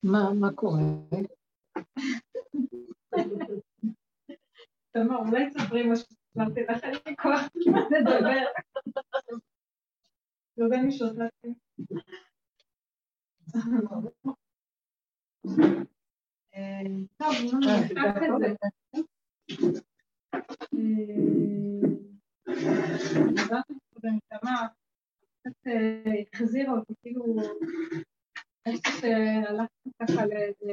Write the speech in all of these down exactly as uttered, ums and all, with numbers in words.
מה, מה קורה? תאמר, אולי תספרי מה שספרתי לך, אין לי כוח לדבר. לא יודע מי שעושה. טוב, נו, נפתח את זה. דיברתי קודם, תמר, קצת החזירה אותי, כאילו, קצת הלכתי ככה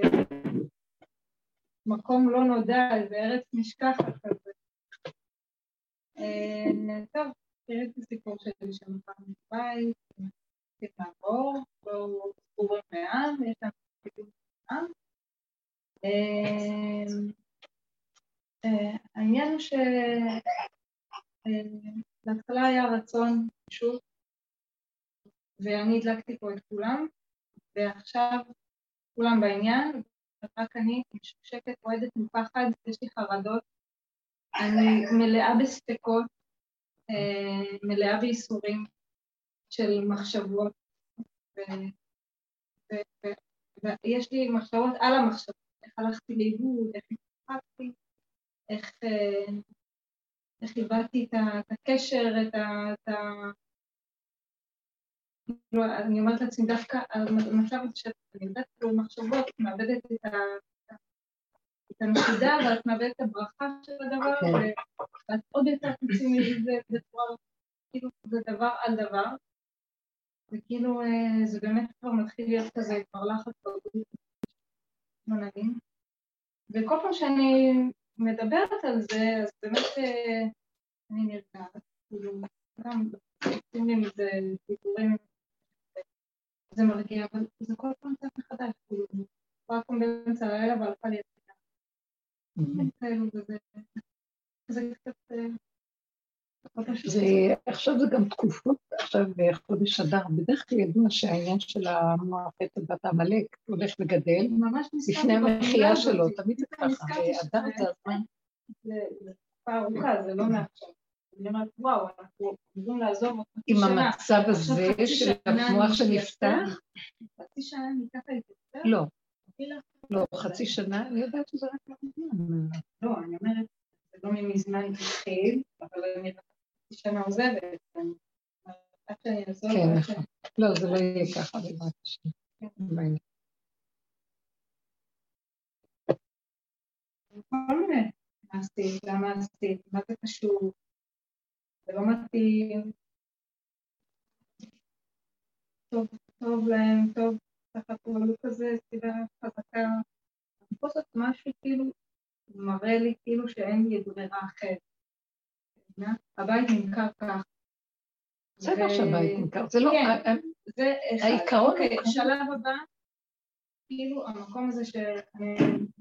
למקום לא נודע, איזה ארץ נשכחת כזה. טוב, תראי את הסיפור שלי שם פעם בבית, צריך לעבור, לא סיפורים מעם, יש לנו סיפורים מעם. העניין הוא שבהתחלה היה רצון פשוט, ואני הדלקתי פה את כולם, ועכשיו כולם בעניין, רק אני משקשקת, רועדת מפחד, יש לי חרדות, אני מלאה בספקות, מלאה בייסורים של מחשבות, ויש לי מחשבות על המחשבות, איך הלכתי לאיבוד, איך התפחדתי, איך איך איבדתי את הקשר, את ה... אני אומרת לעצמי דווקא על המצב הזה שאני יודעת כאילו מחשבות, את מאבדת את הנקודה, ואת מאבדת את הברכה של הדבר, ואת עוד יותר תצאי מזה בצורה, כאילו זה דבר על דבר, וכאילו זה באמת כבר מתחיל להיות כזה, כבר לחץ בגודל, לא נבין. וכל פעם שאני מדברת על זה, אז באמת אני נרגעת, כאילו, גם עושים לי מזה דיבורים, זה מרגיע, אבל זה כל פעם קצת מחדש, כאילו, כבר פעם באמצע הלילה והלכה לי את זה. זה קצת... עכשיו זה גם תקופות, עכשיו בחודש אדר, בדרך כלל ידוע שהעניין של המוח בת העמלק הולך וגדל, לפני המחייה שלו, תמיד זה ככה, ואדר זה הזמן. זה תקופה ארוכה, זה לא מעכשיו. אני אומרת, וואו, אנחנו יכולים לעזוב אותך עם המצב הזה של המוח שנפתח? חצי שנה אני ככה התפתח? לא. לא, חצי שנה, אני יודעת שזה רק מזמן. לא, אני אומרת, זה לא ממזמן התחיל, אבל אני חצי שנה עוזבת, עד שאני אעזוב. כן, נכון. לא, זה לא יהיה ככה, בעזרת השם. כל מיני. מה עשית? למה עשית? מה זה קשור? זה לא מתאים. טוב, טוב להם, טוב, סך הכל כזה, סיבה חזקה. אני חושבת משהו כאילו, מראה לי כאילו שאין לי ברירה אחרת. הבית נמכר כך. בסדר שהבית נמכר, זה לא... כן, זה העיקרון... אוקיי, השלב הבא, כאילו המקום הזה שאני...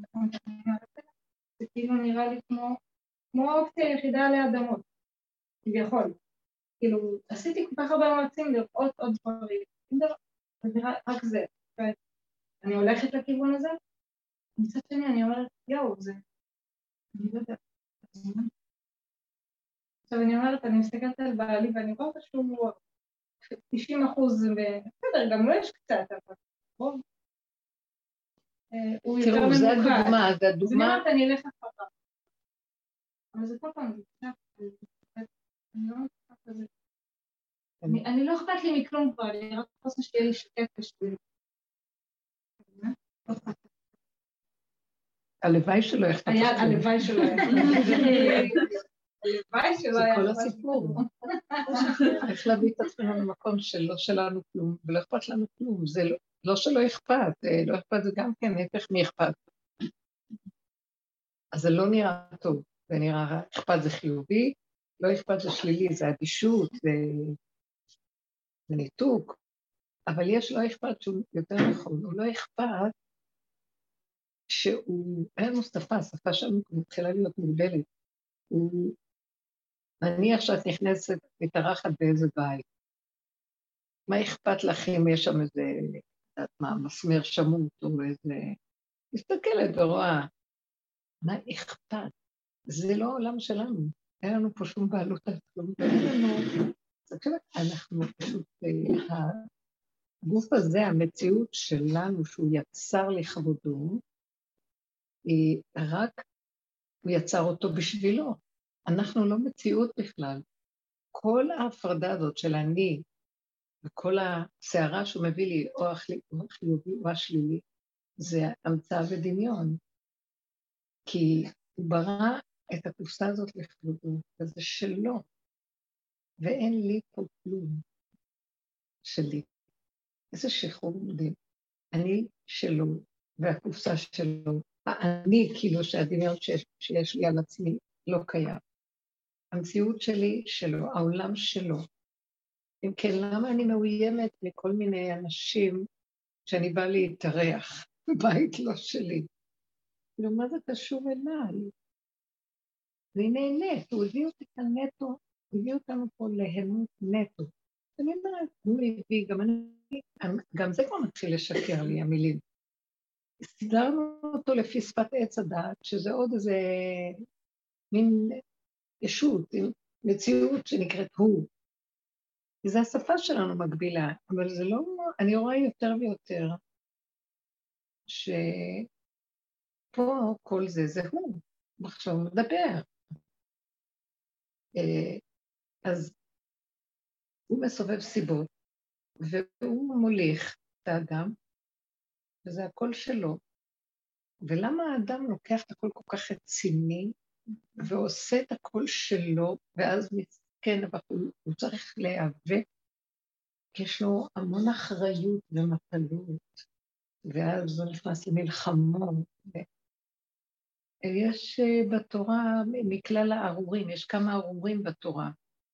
זה כאילו נראה לי כמו... כמו האופציה היחידה עלי אדמות. כביכול. כאילו, עשיתי כל כך הרבה מאמצים לראות עוד דברים. זה נראה רק זה. אני הולכת לכיוון הזה, מצד שני אני אומרת, יואו, זה... אני לא יודעת. עכשיו אני אומרת, אני מסתכלת על בעלי ואני רואה שהוא תשעים אחוז, בסדר, גם לא יש קצת, אבל רוב. הוא יותר ממוקד. תראו, זה הדוגמה, זה הדוגמה. אז אני אומרת, אני אלך אחריו. אבל זה כל פעם, אני לא מצליחה כזה. אני לא אכפת לי מכלום כבר, אני רק רוצה שתהיה לי שקט בשביל. הלוואי שלא יחפת לי. הלוואי שלא יחפת לי. זה כל הסיפור. איך להביא את עצמנו למקום שלא שלנו כלום, ולא אכפת לנו כלום. זה לא שלא אכפת, לא אכפת זה גם כן, הפך מי אכפת. אז זה לא נראה טוב, זה נראה רע. אכפת זה חיובי, לא אכפת זה שלילי, זה אדישות, זה ניתוק. אבל יש לא אכפת שהוא יותר נכון, הוא לא אכפת שהוא, אין לנו שפה, השפה שלנו מתחילה להיות מוגבלת. הוא, אני עכשיו נכנסת, מתארחת באיזה בית. מה אכפת לכם, יש שם איזה, יודעת מה, מסמר שמות, או איזה... מסתכלת ורואה, מה אכפת? זה לא העולם שלנו, אין לנו פה שום בעלות על כלום, ואין לנו... אנחנו פשוט, הגוף הזה, המציאות שלנו שהוא יצר לכבודו, היא רק, הוא יצר אותו בשבילו. אנחנו לא מציאות בכלל. כל ההפרדה הזאת של אני, וכל הסערה שהוא מביא לי, או החיובי או השלילי, זה המצאה ודמיון. כי הוא ברא את הקופסה הזאת לכבודו, וזה שלו, ואין לי כל כלום שלי. איזה שחרור מדהים. אני שלו, והקופסה שלו, אני כאילו שהדמיון שיש, שיש לי על עצמי לא קיים. המציאות שלי שלו, העולם שלו. אם כן, למה אני מאוימת מכל מיני אנשים שאני באה להתארח, בית לא שלי? כאילו, מה זה קשור אליי? והיא נהנית, הוא הביא אותי כאן נטו, הוא הביא אותנו פה להנות נטו. אני אומרת, הוא הביא, גם אני, גם זה כבר מתחיל לשקר לי, המילים. סדרנו אותו לפי שפת עץ הדעת, שזה עוד איזה מין ישות, מציאות שנקראת הוא. זו השפה שלנו מגבילה, אבל זה לא, אני רואה יותר ויותר, שפה כל זה זה הוא, עכשיו הוא מדבר. אז הוא מסובב סיבות, והוא מוליך את האדם, וזה הכל שלו. ולמה האדם לוקח את הכל כל כך רציני, ועושה את הכל שלו, ואז מסכן, אבל הוא, הוא צריך להיאבק, כי יש לו המון אחריות ומטלות, ואז הוא נכנס למלחמות. יש בתורה, מכלל הארורים, יש כמה ארורים בתורה.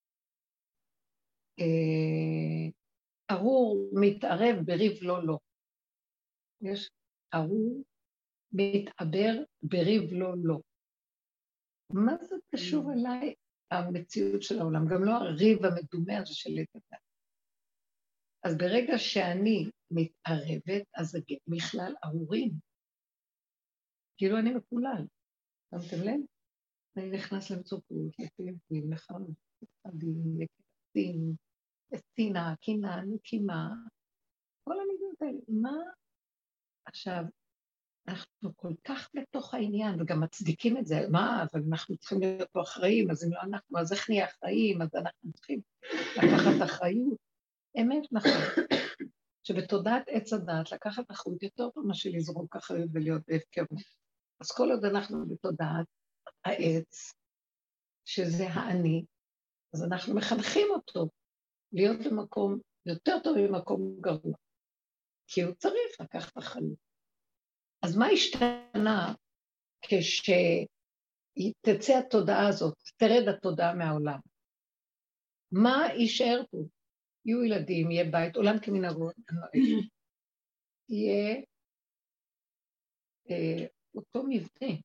ארור מתערב בריב לא לא. יש ארור מתעבר בריב לא לא. מה זה קשור אליי? המציאות של העולם, גם לא הריב המדומה הזה של לדעת. אז ברגע שאני מתערבת, אז זה מכלל ארורים. כאילו אני מקולל. שמתם לב? אני נכנס למצוקות, לפעמים, לחנות, לפעמים, לקטים, אסטינה, קינה, נקימה, כל המידות האלה. מה? עכשיו, אנחנו כל כך בתוך העניין, וגם מצדיקים את זה, מה? אבל אנחנו צריכים להיות פה אחראים, אז אם לא אנחנו, אז איך נהיה אחראים? אז אנחנו צריכים לקחת אחריות. אמת נכון, שבתודעת עץ הדעת לקחת אחריות יותר טוב מה שלזרוק אחריות ולהיות בהפקרות. אז כל עוד אנחנו בתודעת העץ, שזה האני, אז אנחנו מחנכים אותו להיות במקום יותר טוב ממקום גרוע, כי הוא צריך לקחת אחריות. אז מה השתנה כשתצא התודעה הזאת, תרד התודעה מהעולם? מה יישאר פה? יהיו ילדים, יהיה בית, עולם כמנהגו, יהיה אה, אותו מבנה,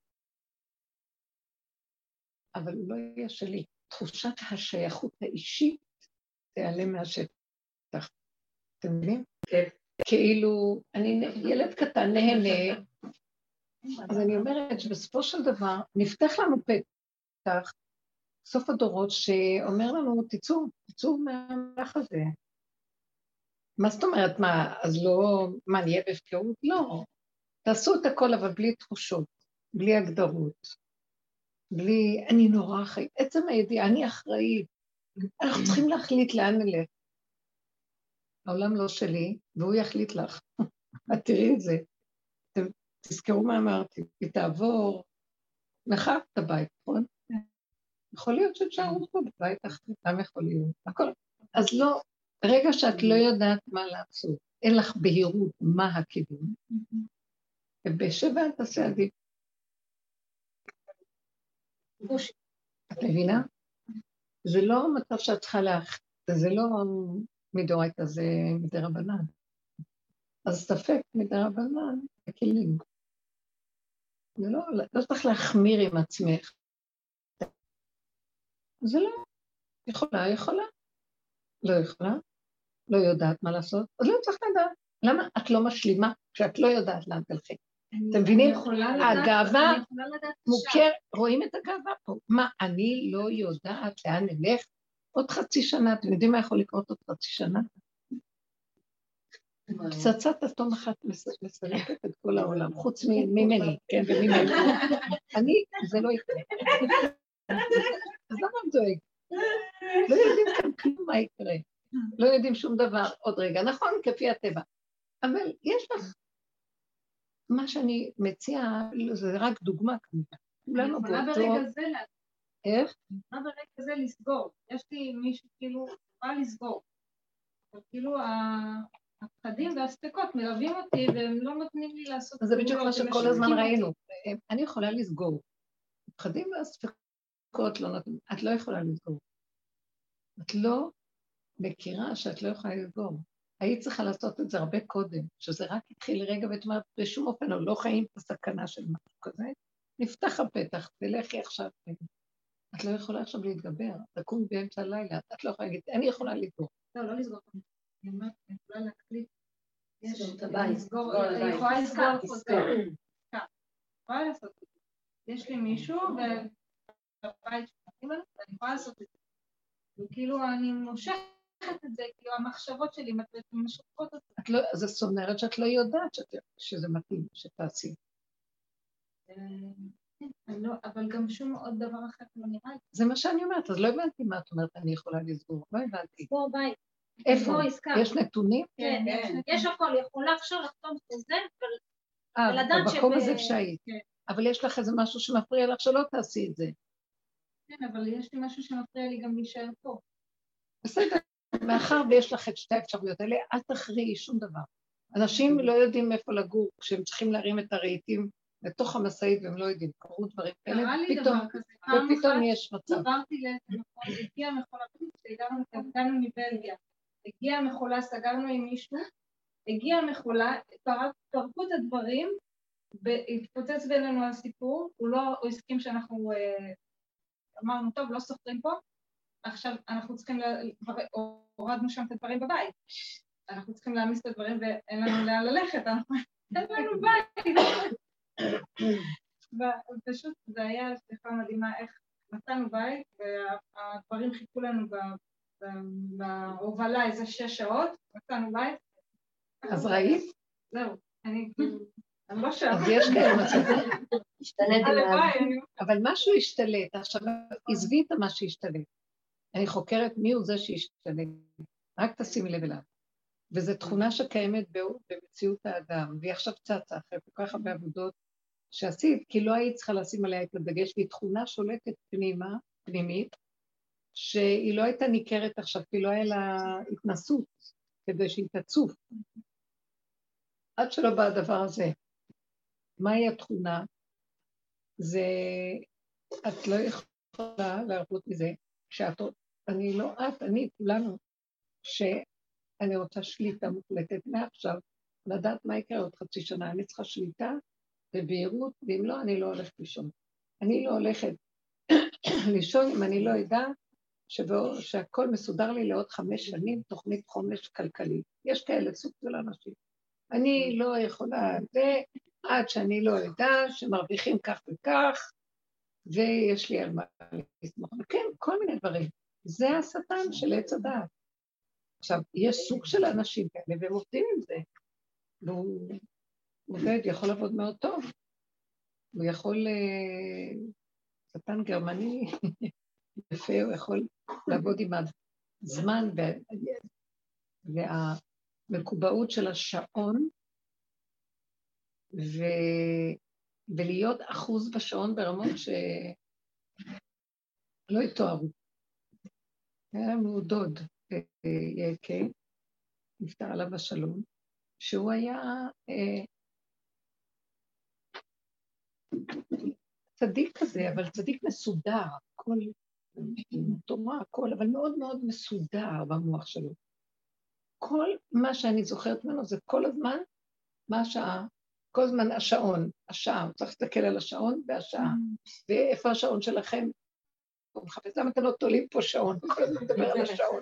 אבל הוא לא יהיה שלי. תחושת השייכות האישית תיעלם מהשטח. אתם מבינים? כן. כאילו, אני ילד קטן נהנה, אז אני אומרת שבסופו של דבר נפתח לנו פתח, סוף הדורות שאומר לנו, תצאו, תצאו מהמלאך הזה. מה זאת אומרת, מה, אז לא, מה, נהיה בהפקרות? לא. תעשו את הכל, אבל בלי תחושות, בלי הגדרות, בלי, אני נורא אחראית, עצם הידיעה, אני אחראית, אנחנו צריכים להחליט לאן נלך. העולם לא שלי, והוא יחליט לך. את תראי את זה. תזכרו מה אמרתי, היא תעבור, נחת את הבית, נכון? יכול להיות שתשארו פה בבית אחרי, גם יכול להיות, הכל. אז לא, ברגע שאת לא יודעת מה לעשות, אין לך בהירות מה הכיוון, ובשבע את תעשה עדיף. את מבינה? זה לא מצב שאת צריכה לך, זה לא מדאורייתא, זה מדרבנן. אז ספק מדרבנן, הכלים. זה לא, לא צריך להחמיר עם עצמך. זה לא, יכולה, יכולה. לא יכולה, לא יודעת מה לעשות, אז לא צריך לדעת. למה את לא משלימה כשאת לא יודעת לאן תלכי? אתם מבינים? הגאווה מוכר, רואים את הגאווה פה. מה, אני לא יודעת לאן נלך? עוד חצי שנה, אתם יודעים מה יכול לקרות עוד חצי שנה? פצצת אטום אחת מסרקת את כל העולם, חוץ ממני, כן, וממני. אני, זה לא יקרה. אז למה הם דואג? לא יודעים כאן כלום מה יקרה. לא יודעים שום דבר עוד רגע. נכון, כפי הטבע. אבל יש לך... מה שאני מציעה, זה רק דוגמה כמובן. אני יכולה ברגע זה... איך? אני יכולה ברגע זה לסגור. יש לי מישהו כאילו, יכולה לסגור. כאילו הפחדים והספקות מלווים אותי והם לא נותנים לי לעשות... זה בדיוק מה שכל הזמן ראינו. אני יכולה לסגור. הפחדים והספקות לא נותנים. את לא יכולה לסגור. את לא מכירה שאת לא יכולה לסגור. היית צריכה לעשות את זה הרבה קודם, שזה רק התחיל רגע ואת אומרת, בשום אופן או לא חיים את הסכנה של משהו כזה, נפתח הפתח, ולכי עכשיו. את לא יכולה עכשיו להתגבר, תקום באמצע הלילה, את לא יכולה להגיד, אני יכולה לסגור. לא, לא לסגור. אני אומרת, אני יכולה להקליט. יש את הבית. אני יכולה לסגור חוזר. אני יכולה לעשות את זה. יש לי מישהו, ובבית שמתאים לנו, ואני יכולה לעשות את זה. וכאילו אני מושכת את זה, כאילו המחשבות שלי משכות את זה. זה זאת אומרת שאת לא יודעת שזה מתאים, שתעשי. אבל גם שום עוד דבר אחר לא נראה לי. זה מה שאני אומרת, אז לא הבנתי מה את אומרת, אני יכולה לסגור, לא הבנתי. לסגור בית. איפה? יש נתונים? כן, יש הכל, יכולה עכשיו לחתום חוזה ולדעת שבמקום הזה שהיית. אבל יש לך איזה משהו שמפריע לך שלא תעשי את זה. כן, אבל יש לי משהו שמפריע לי גם להישאר פה. בסדר, מאחר ויש לך את שתי האפשרויות האלה, אל תכריעי שום דבר. אנשים לא יודעים איפה לגור, כשהם צריכים להרים את הרהיטים לתוך המשאית והם לא יודעים, קרו דברים כאלה, ופתאום יש מצב. עברתי למכולה, הגיעה מכולה, הגענו מבלגיה, הגיעה מכולה, סגרנו עם מישהו, הגיעה מכולה, פרקו את הדברים, והתפוצץ בינינו הסיפור, הוא לא, הוא הסכים שאנחנו, אמרנו, טוב, לא סוחרים פה, עכשיו אנחנו צריכים, הורדנו שם את הדברים בבית, אנחנו צריכים להעמיס את הדברים ואין לנו לאן ללכת, אין לנו בית. ופשוט זה היה סליחה מדהימה איך מצאנו בית והדברים חיכו לנו בהובלה איזה שש שעות, מצאנו בית. אז ראית? זהו, אני לא שם. אז יש כאלה מצבים. השתלטתי מאז. אבל משהו השתלט, עכשיו עזבי את מה שהשתלט. אני חוקרת מי הוא זה שהשתלט, רק תשימי לב אליו. וזו תכונה שקיימת במציאות האדם, והיא עכשיו צצה אחרי כל כך הרבה עבודות שעשית, כי לא היית צריכה לשים עליה את הדגש, והיא תכונה שולטת פנימה, פנימית, שהיא לא הייתה ניכרת עכשיו, כי לא היה לה התנסות, כדי שהיא תצוף. עד שלא בא הדבר הזה. מהי התכונה? זה, את לא יכולה להראות מזה, שאת, אני לא את, אני, כולנו, שאני רוצה שליטה מוחלטת מעכשיו, לדעת מה יקרה עוד חצי שנה, אני צריכה שליטה ובהירות, ואם לא, אני לא הולכת לישון. אני לא הולכת לישון אם אני לא יודע שבו, שהכל מסודר לי לעוד חמש שנים, תוכנית חומש כלכלית. יש כאלה סוג של אנשים. אני לא יכולה, זה עד שאני לא יודע שמרוויחים כך וכך, ויש לי על מה לסמוך. כן, כל מיני דברים. זה השטן של עץ הדעת. עכשיו, יש סוג של אנשים כאלה, והם עובדים עם זה. והוא עובד, יכול לעבוד מאוד טוב. הוא יכול, שטן גרמני יפה, הוא יכול לעבוד עם הזמן והמקובעות של השעון, ו... ולהיות אחוז בשעון ברמות שלא יתוארו. היה לנו דוד, יקה, נפטר עליו השלום, שהוא היה אה, צדיק כזה, אבל צדיק מסודר, הכל, תאמר הכל, אבל מאוד מאוד מסודר במוח שלו. כל מה שאני זוכרת ממנו זה כל הזמן, מה השעה? כל הזמן השעון, השעה, הוא צריך להסתכל על השעון והשעה. ואיפה השעון שלכם? הוא מחפש, למה אתם לא תולים פה שעון? כל הזמן מדבר על השעון.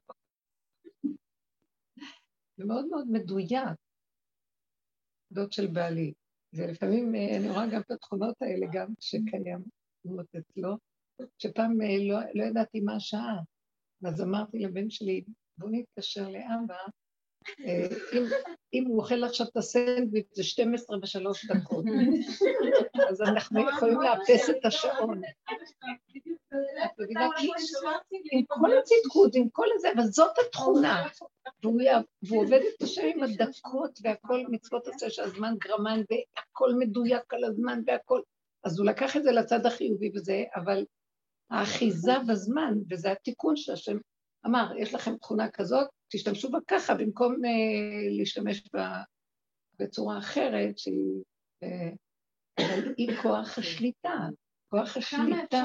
זה מאוד מאוד מדויק, דוד של בעלי. ולפעמים אני רואה גם את התכונות האלה, גם שקיימות אצלו, שפעם לא, לא ידעתי מה השעה. אז אמרתי לבן שלי, בוא נתקשר לאבא, אם, אם הוא אוכל עכשיו את הסנדוויץ' זה שתים עשרה ושלוש דקות, אז אנחנו יכולים לאפס את השעון. את מבינה? עם כל הצדקות, עם כל הזה, אבל זאת התכונה. והוא עובד את השם עם הדקות והכל מצוות עשה שהזמן גרמן והכל מדויק על הזמן והכל. אז הוא לקח את זה לצד החיובי וזה, אבל האחיזה בזמן, וזה התיקון שהשם אמר, יש לכם תכונה כזאת, תשתמשו בה ככה, במקום uh, להשתמש בה בצורה אחרת, שהיא uh, היא כוח השליטה, כוח השליטה.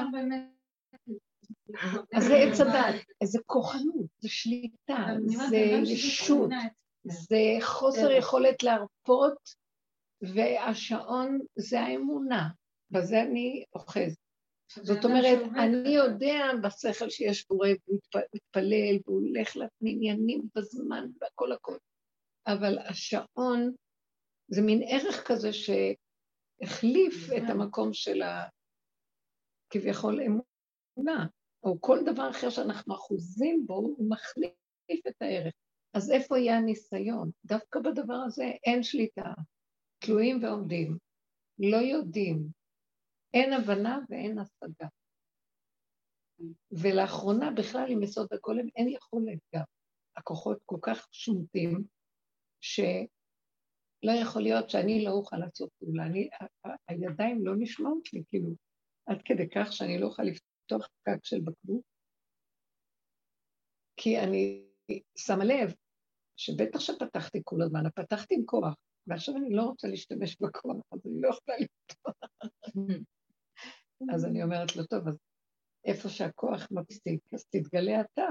אז זה עץ הדת, איזה כוחנות, זה שליטה, זה ישות, זה חוסר יכולת להרפות, והשעון זה האמונה, בזה אני אוחז. זאת אומרת, אני יודע בשכל שיש בורא, הוא מתפלל, והוא הולך לעניינים בזמן והכל הכל, אבל השעון זה מין ערך כזה שהחליף את המקום של כביכול אמונה, או כל דבר אחר שאנחנו אחוזים בו, הוא מחליף את הערך. אז איפה יהיה הניסיון? דווקא בדבר הזה אין שליטה, תלויים ועומדים, לא יודעים, אין הבנה ואין השגה. ולאחרונה בכלל עם יסוד הגולם אין יכולת גם. הכוחות כל כך שומטים, שלא יכול להיות שאני לא אוכל לעשות פעולה. אני, ה- הידיים לא נשמעות לי, כאילו, עד כדי כך שאני לא אוכל לפתוח פקק של בקבוק, כי אני שמה לב שבטח שפתחתי כל הזמן, פתחתי עם כוח, ועכשיו אני לא רוצה להשתמש בכוח, אז אני לא יכולה לפתוח. אז אני אומרת לו, טוב, אז איפה שהכוח מפסיק, אז תתגלה אתה.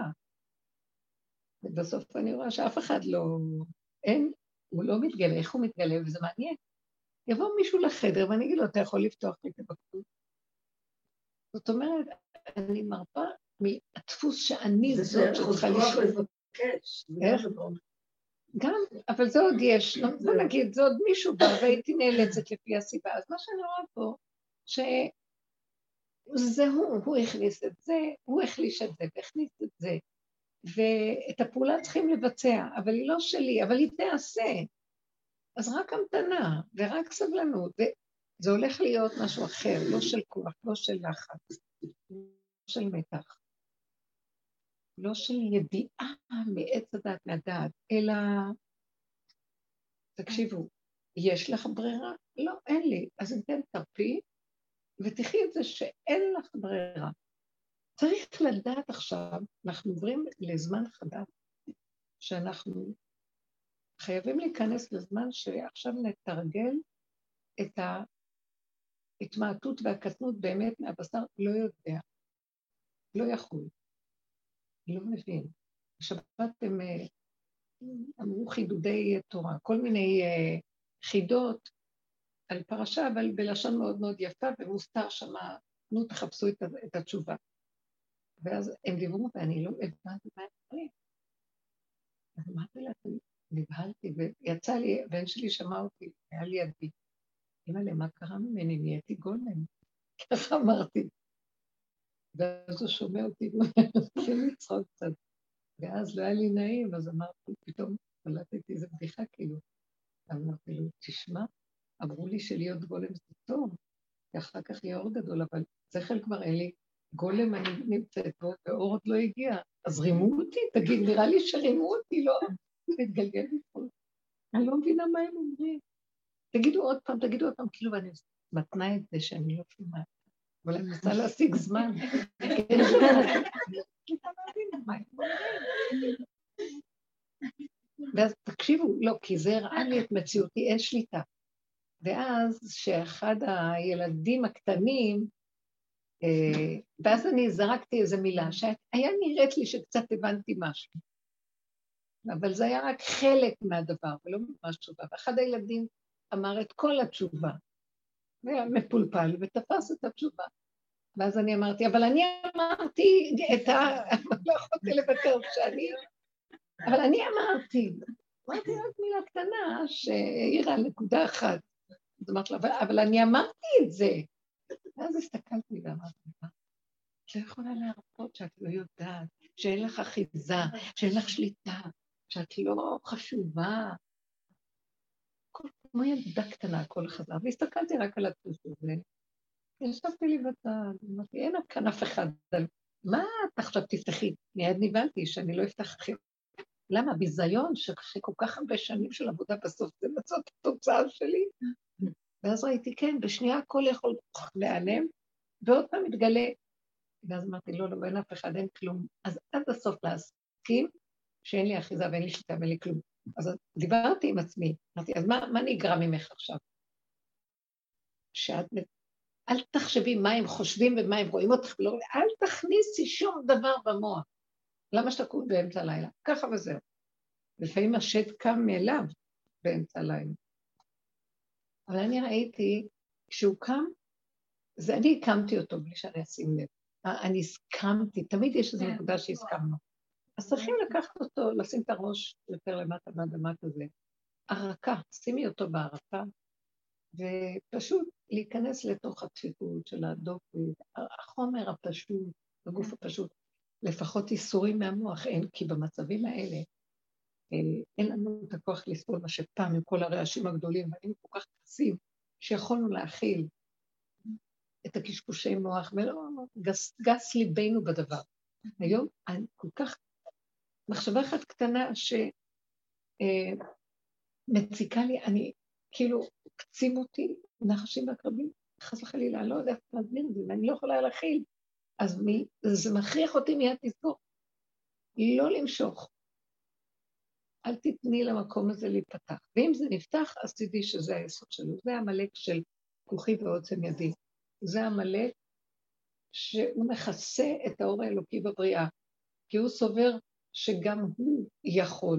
ובסוף אני רואה שאף אחד לא, אין, הוא לא מתגלה, איך הוא מתגלה, וזה מעניין. יבוא מישהו לחדר ואני אגיד לו, אתה יכול לפתוח לי את הבקבוק. זאת אומרת, אני מרפה מהדפוס שאני זאת שצריכה לשאול. איך? גם, אבל זה עוד יש, בוא נגיד, זה עוד מישהו בא והייתי נאלצת לפי הסיבה. אז מה שאני רואה פה, שזה הוא, הוא הכניס את זה, הוא החליש את זה והכניס את זה, ואת הפעולה צריכים לבצע, אבל היא לא שלי, אבל היא תעשה. אז רק המתנה ורק סבלנות, וזה הולך להיות משהו אחר, לא של כוח, לא של לחץ, לא של מתח, לא של ידיעה מעץ הדעת מהדעת, אלא, תקשיבו, יש לך ברירה? לא, אין לי, אז אתם תרפי, ותחי את זה שאין לך ברירה. צריך לדעת עכשיו, אנחנו עוברים לזמן חדש, שאנחנו חייבים להיכנס לזמן שעכשיו נתרגל את ההתמעטות והקטנות באמת מהבשר, לא יודע, לא יכול, לא מבין. בשבת הם אמרו חידודי תורה, כל מיני חידות על פרשה, אבל בלשון מאוד מאוד יפה, ומוסתר שמה, נו תחפשו את, את התשובה. ואז הם דיברו, ואני לא הבנתי מה הם אומרים. אז אמרתי לה, נבהלתי, ויצא לי, הבן שלי שמע אותי, היה לי ידי. אמא, מה קרה ממני? נהייתי גולם. ככה אמרתי. ואז הוא שומע אותי, והוא לצחוק קצת. ואז לא היה לי נעים, אז אמרתי, פתאום קלטתי איזו בדיחה, כאילו. אמרתי לו, תשמע, אמרו לי שלהיות גולם זה טוב, ואחר כך יהיה אור גדול, אבל שכל כבר אין לי, גולם אני נמצאת בו, ואור עוד לא הגיע. אז רימו אותי, תגיד, נראה לי שרימו אותי, לא? מתגלגל לפעול. אני לא מבינה מה הם אומרים. תגידו עוד פעם, תגידו עוד פעם, כאילו, ואני מתנה את זה שאני לא שומעת. אבל אני מנסה להשיג זמן. ואז תקשיבו, לא, כי זה הראה לי את מציאותי, אין שליטה. ואז שאחד הילדים הקטנים, ואז אני זרקתי איזו מילה, שהיה נראית לי שקצת הבנתי משהו. אבל זה היה רק חלק מהדבר, ולא ממש תשובה. ואחד הילדים אמר את כל התשובה, והיה מפולפל, ותפס את התשובה. ואז אני אמרתי, אבל אני אמרתי את ה... לא יכולתי לוותר שאני... אבל אני אמרתי, אמרתי רק מילה קטנה, שהעירה נקודה אחת. אז אמרתי לה, אבל אני אמרתי את זה. ואז הסתכלתי ואמרתי, מה? את לא יכולה להרפות שאת לא יודעת, שאין לך אחיזה, שאין לך שליטה, שאת לא חשובה, כל, כמו ילדה קטנה, הכל חזר, והסתכלתי רק על הדפוס הזה, ישבתי לי בצד, אמרתי, אין כאן אף אחד, מה את עכשיו תפתחי? מיד נבלתי שאני לא אפתח אחרי. למה? ביזיון שאחרי כל כך הרבה שנים של עבודה בסוף זה מצוא את התוצאה שלי. ואז ראיתי, כן, בשנייה הכל יכול להיעלם, ועוד פעם מתגלה. ואז אמרתי, לא, לא, אין אף אחד, אין כלום. אז עד הסוף להסכים שאין לי אחיזה ואין לי שליטה ואין לי כלום. אז דיברתי עם עצמי, אמרתי, אז מה, מה נגרע ממך עכשיו? שאת, אל תחשבי מה הם חושבים ומה הם רואים אותך, ולא, אל תכניסי שום דבר במוח. למה שתקום באמצע הלילה? ככה וזהו. לפעמים השד קם מאליו באמצע הלילה. אבל אני ראיתי, כשהוא קם, זה אני הקמתי אותו בלי שאני אשים לב. אני הסכמתי, תמיד יש איזו נקודה שהסכמנו. אז צריכים לקחת אותו, לשים את הראש יותר למטה מהאדמה כזה. הרקה, שימי אותו בהרקה, ופשוט להיכנס לתוך הדפיקות של הדופק, החומר הפשוט, הגוף הפשוט, לפחות איסורים מהמוח, אין, כי במצבים האלה, אין לנו את הכוח לסבול מה שפעם עם כל הרעשים הגדולים, והיינו כל כך כעסים, שיכולנו להכיל את הקשקושי מוח, ולא גס, גס ליבנו בדבר. היום אני כל כך, מחשבה אחת קטנה שמציקה לי, אני כאילו קצים אותי, נחשים והקרבים, חס וחלילה, אני לא יודעת להסביר את זה, ואני לא יכולה להכיל, אז מי, זה מכריח אותי מיד לסגור, לא למשוך. אל תתני למקום הזה להיפתח. ואם זה נפתח, אז תדעי שזה היסוד שלו. זה המלאק של כוחי ועוצם ידי. זה המלאק שהוא מכסה את האור האלוקי בבריאה, כי הוא סובר שגם הוא יכול.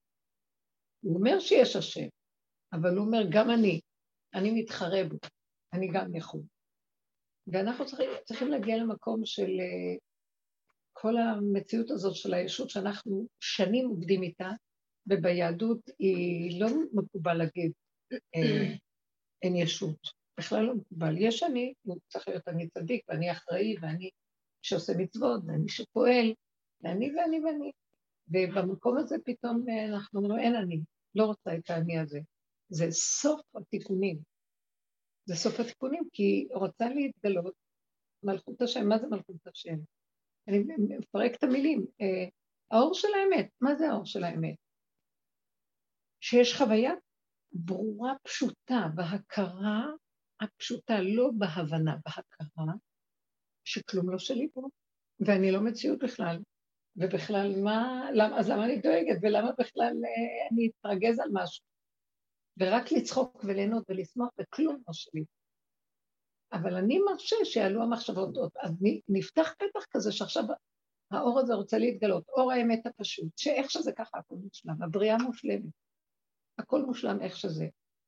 הוא אומר שיש השם, אבל הוא אומר, גם אני, אני מתחרה בו, אני גם יכול. ואנחנו צריכים, צריכים להגיע למקום של כל המציאות הזאת של הישות שאנחנו שנים עובדים איתה, וביהדות היא לא מקובל להגיד אה, אין ישות, בכלל לא מקובל. יש אני, הוא צריך להיות אני צדיק, ואני אחראי, ואני שעושה מצוות, ואני שפועל, ואני ואני ואני. ובמקום הזה פתאום אנחנו אומרים, אין אני, לא רוצה את האני הזה. זה סוף התיקונים. זה סוף התיקונים, כי רוצה להתגלות מלכות השם. מה זה מלכות השם? אני מפרק את המילים. אה, האור של האמת, מה זה האור של האמת? שיש חוויה ברורה פשוטה, בהכרה הפשוטה, לא בהבנה, בהכרה, שכלום לא שלי פה, ואני לא מציאות בכלל, ובכלל מה, למה, אז למה אני דואגת, ולמה בכלל אני אתרגז על משהו, ורק לצחוק וליהנות ולשמוח, וכלום לא שלי. אבל אני מרשה שיעלו המחשבות עוד, אז נפתח פתח כזה שעכשיו האור הזה רוצה להתגלות, אור האמת הפשוט, שאיך שזה ככה, הכל מושלם, הבריאה מושלמת. הכל מושלם איך שזה.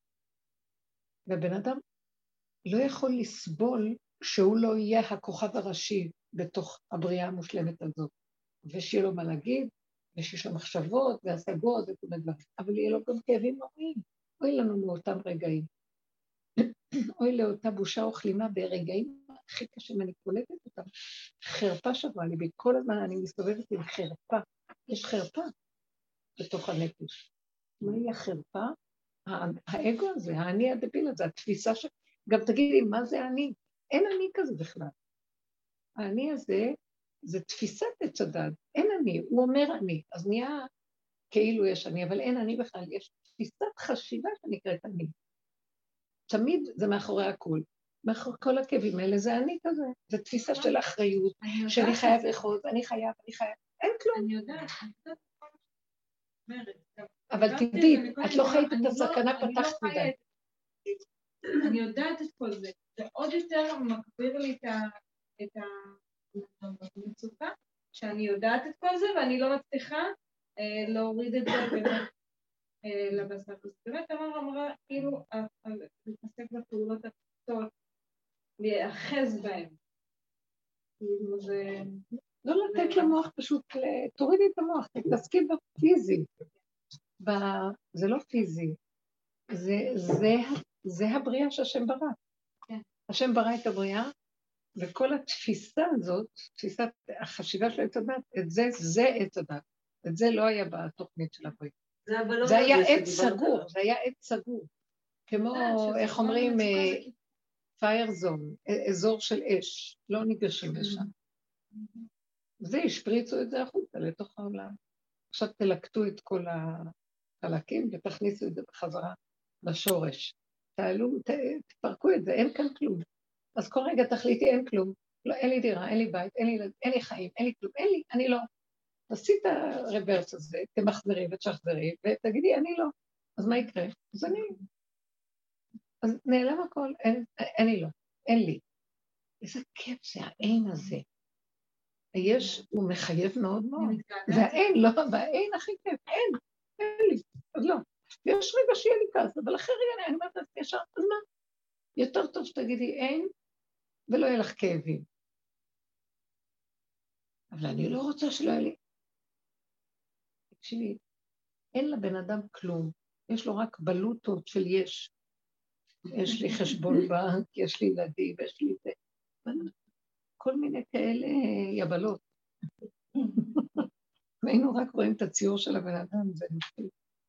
והבן אדם לא יכול לסבול שהוא לא יהיה הכוכב הראשי בתוך הבריאה המושלמת הזאת, ושיהיה לו מה להגיד, ושיש לו מחשבות והשגות וכל דבר, אבל יהיה לו גם כאבים נוראים. אוי לנו מאותם רגעים. אוי לאותה בושה או כלימה ברגעים הכי קשים, אני קולטת אותם. חרפה שווה לי, בכל הזמן אני מסתובבת עם חרפה. יש חרפה בתוך הנפש. מהי החרפה? האגו הזה, האני הדביל הזה, התפיסה ש... גם תגידי, מה זה אני? אין אני כזה בכלל. האני הזה, זה תפיסת הצדד, אין אני, הוא אומר אני, אז נהיה כאילו יש אני, אבל אין אני בכלל, יש תפיסת חשיבה שנקראת אני. תמיד זה מאחורי הכל. מאחורי כל הכאבים האלה זה אני כזה, זה תפיסה של אחריות, שאני חייב לחוז, אני חייב, אני חייב, אין כלום. אני יודעת, אני יודעת. אבל תדעי, את לא חייבת את הסכנה פתחת מדי. אני יודעת את כל זה, זה עוד יותר מגביר לי את המצוקה, שאני יודעת את כל זה ואני לא מצליחה להוריד את זה באמת לבשר. אז באמת אמר אמרה, כאילו, להתעסק בפעולות הפשוטות, להיאחז בהן. כאילו זה... לא לתת למוח פשוט, תורידי את המוח, תתעסקי בפיזי. זה לא פיזי, זה הבריאה שהשם ברא. השם ברא את הבריאה, וכל התפיסה הזאת, תפיסת החשיבה של עץ הדת, את זה, זה עץ הדת. את זה לא היה בתוכנית של הבריאות. זה הבלון זה היה הזה עץ שדיברת סגור, עליו. זה היה עץ סגור. כמו, אה, שזה איך כל אומרים, המצוקה זה- פייר זון, אזור של אש, לא ניגשים לשם. זה, השפריצו את זה החוצה לתוך העולם. עכשיו תלקטו את כל החלקים ותכניסו את זה בחזרה לשורש. תעלו, ת, תפרקו את זה, אין כאן כלום. אז כל רגע תחליטי, אין כלום. לא, אין לי דירה, אין לי בית, אין לי, אין לי חיים, אין לי כלום, אין לי, אני לא. תעשי את הרוורס הזה, תמחזרי ותשחזרי, ותגידי, אני לא. אז מה יקרה? אז אני... אז נעלם הכל, אין, אין לי לא, אין לי. איזה כיף זה האין הזה. יש, הוא מחייב מאוד מאוד. והאין, לא, והאין הכי כיף, אין, אין לי, אז לא. ויש רגע שיהיה לי כעס, אבל אחרי רגע אני אומרת, ישר, אז מה? יותר טוב שתגידי אין, ולא יהיה לך כאבים. אבל אני לא רוצה שלא יהיה לי. תקשיבי, אין לבן אדם כלום, יש לו רק בלוטות של יש. יש לי חשבון בנק, יש לי ילדים, יש לי זה. כל מיני כאלה יבלות. והיינו רק רואים את הציור של הבן אדם, זה נפלא.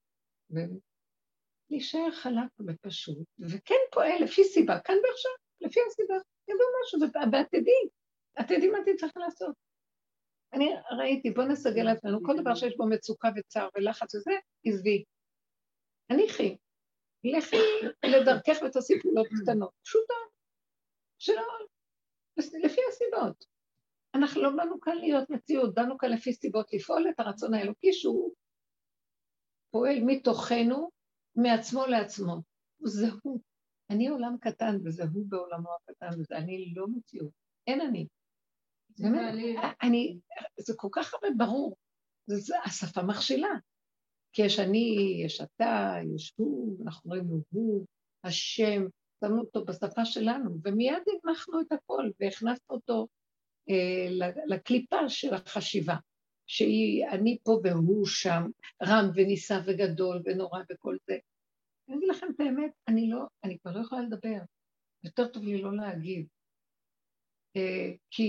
ולהישאר חלק ופשוט, וכן פועל לפי סיבה, כאן ועכשיו, לפי הסיבה, ידעו משהו, ואת תדעי, את תדעי מה תצטרך לעשות. אני ראיתי, בוא נסגל לעצמנו, כל דבר שיש בו מצוקה וצער ולחץ וזה, עזבי. הניחי, לכי לדרכך ותעשי פעולות קטנות, פשוטה, שלא, לפי הסיבות. אנחנו לא באנו כאן להיות מציאות, באנו כאן לפי סיבות לפעול את הרצון האלוקי שהוא פועל מתוכנו, מעצמו לעצמו. זה הוא. אני עולם קטן וזה הוא בעולמו הקטן וזה אני לא מציאות. אין אני. באמת, אני, זה כל כך הרבה ברור. זה השפה מכשילה. כי יש אני, יש אתה, יש הוא, אנחנו רואים לו הוא, השם, שמנו אותו בשפה שלנו, ומיד הנמכנו את הכל, והכנסנו אותו אה, לקליפה של החשיבה, שהיא אני פה והוא שם, רם וניסה וגדול ונורא וכל זה. אני אגיד לכם את האמת, אני לא, אני כבר לא יכולה לדבר, יותר טוב לי לא להגיד, אה, כי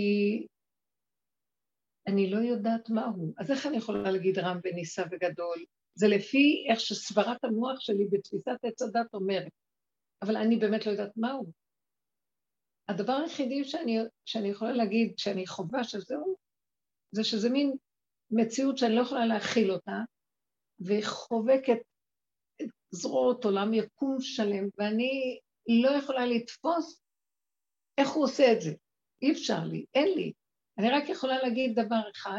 אני לא יודעת מה הוא. אז איך אני יכולה להגיד רם וניסה וגדול? זה לפי איך שסברת המוח שלי בתפיסת עץ הדת אומרת. אבל אני באמת לא יודעת מהו. הדבר היחידי שאני, שאני יכולה להגיד, שאני חובה שזהו, זה שזה מין מציאות שאני לא יכולה להכיל אותה, והיא חובקת זרועות עולם יקום שלם, ואני לא יכולה לתפוס איך הוא עושה את זה. אי אפשר לי, אין לי. אני רק יכולה להגיד דבר אחד,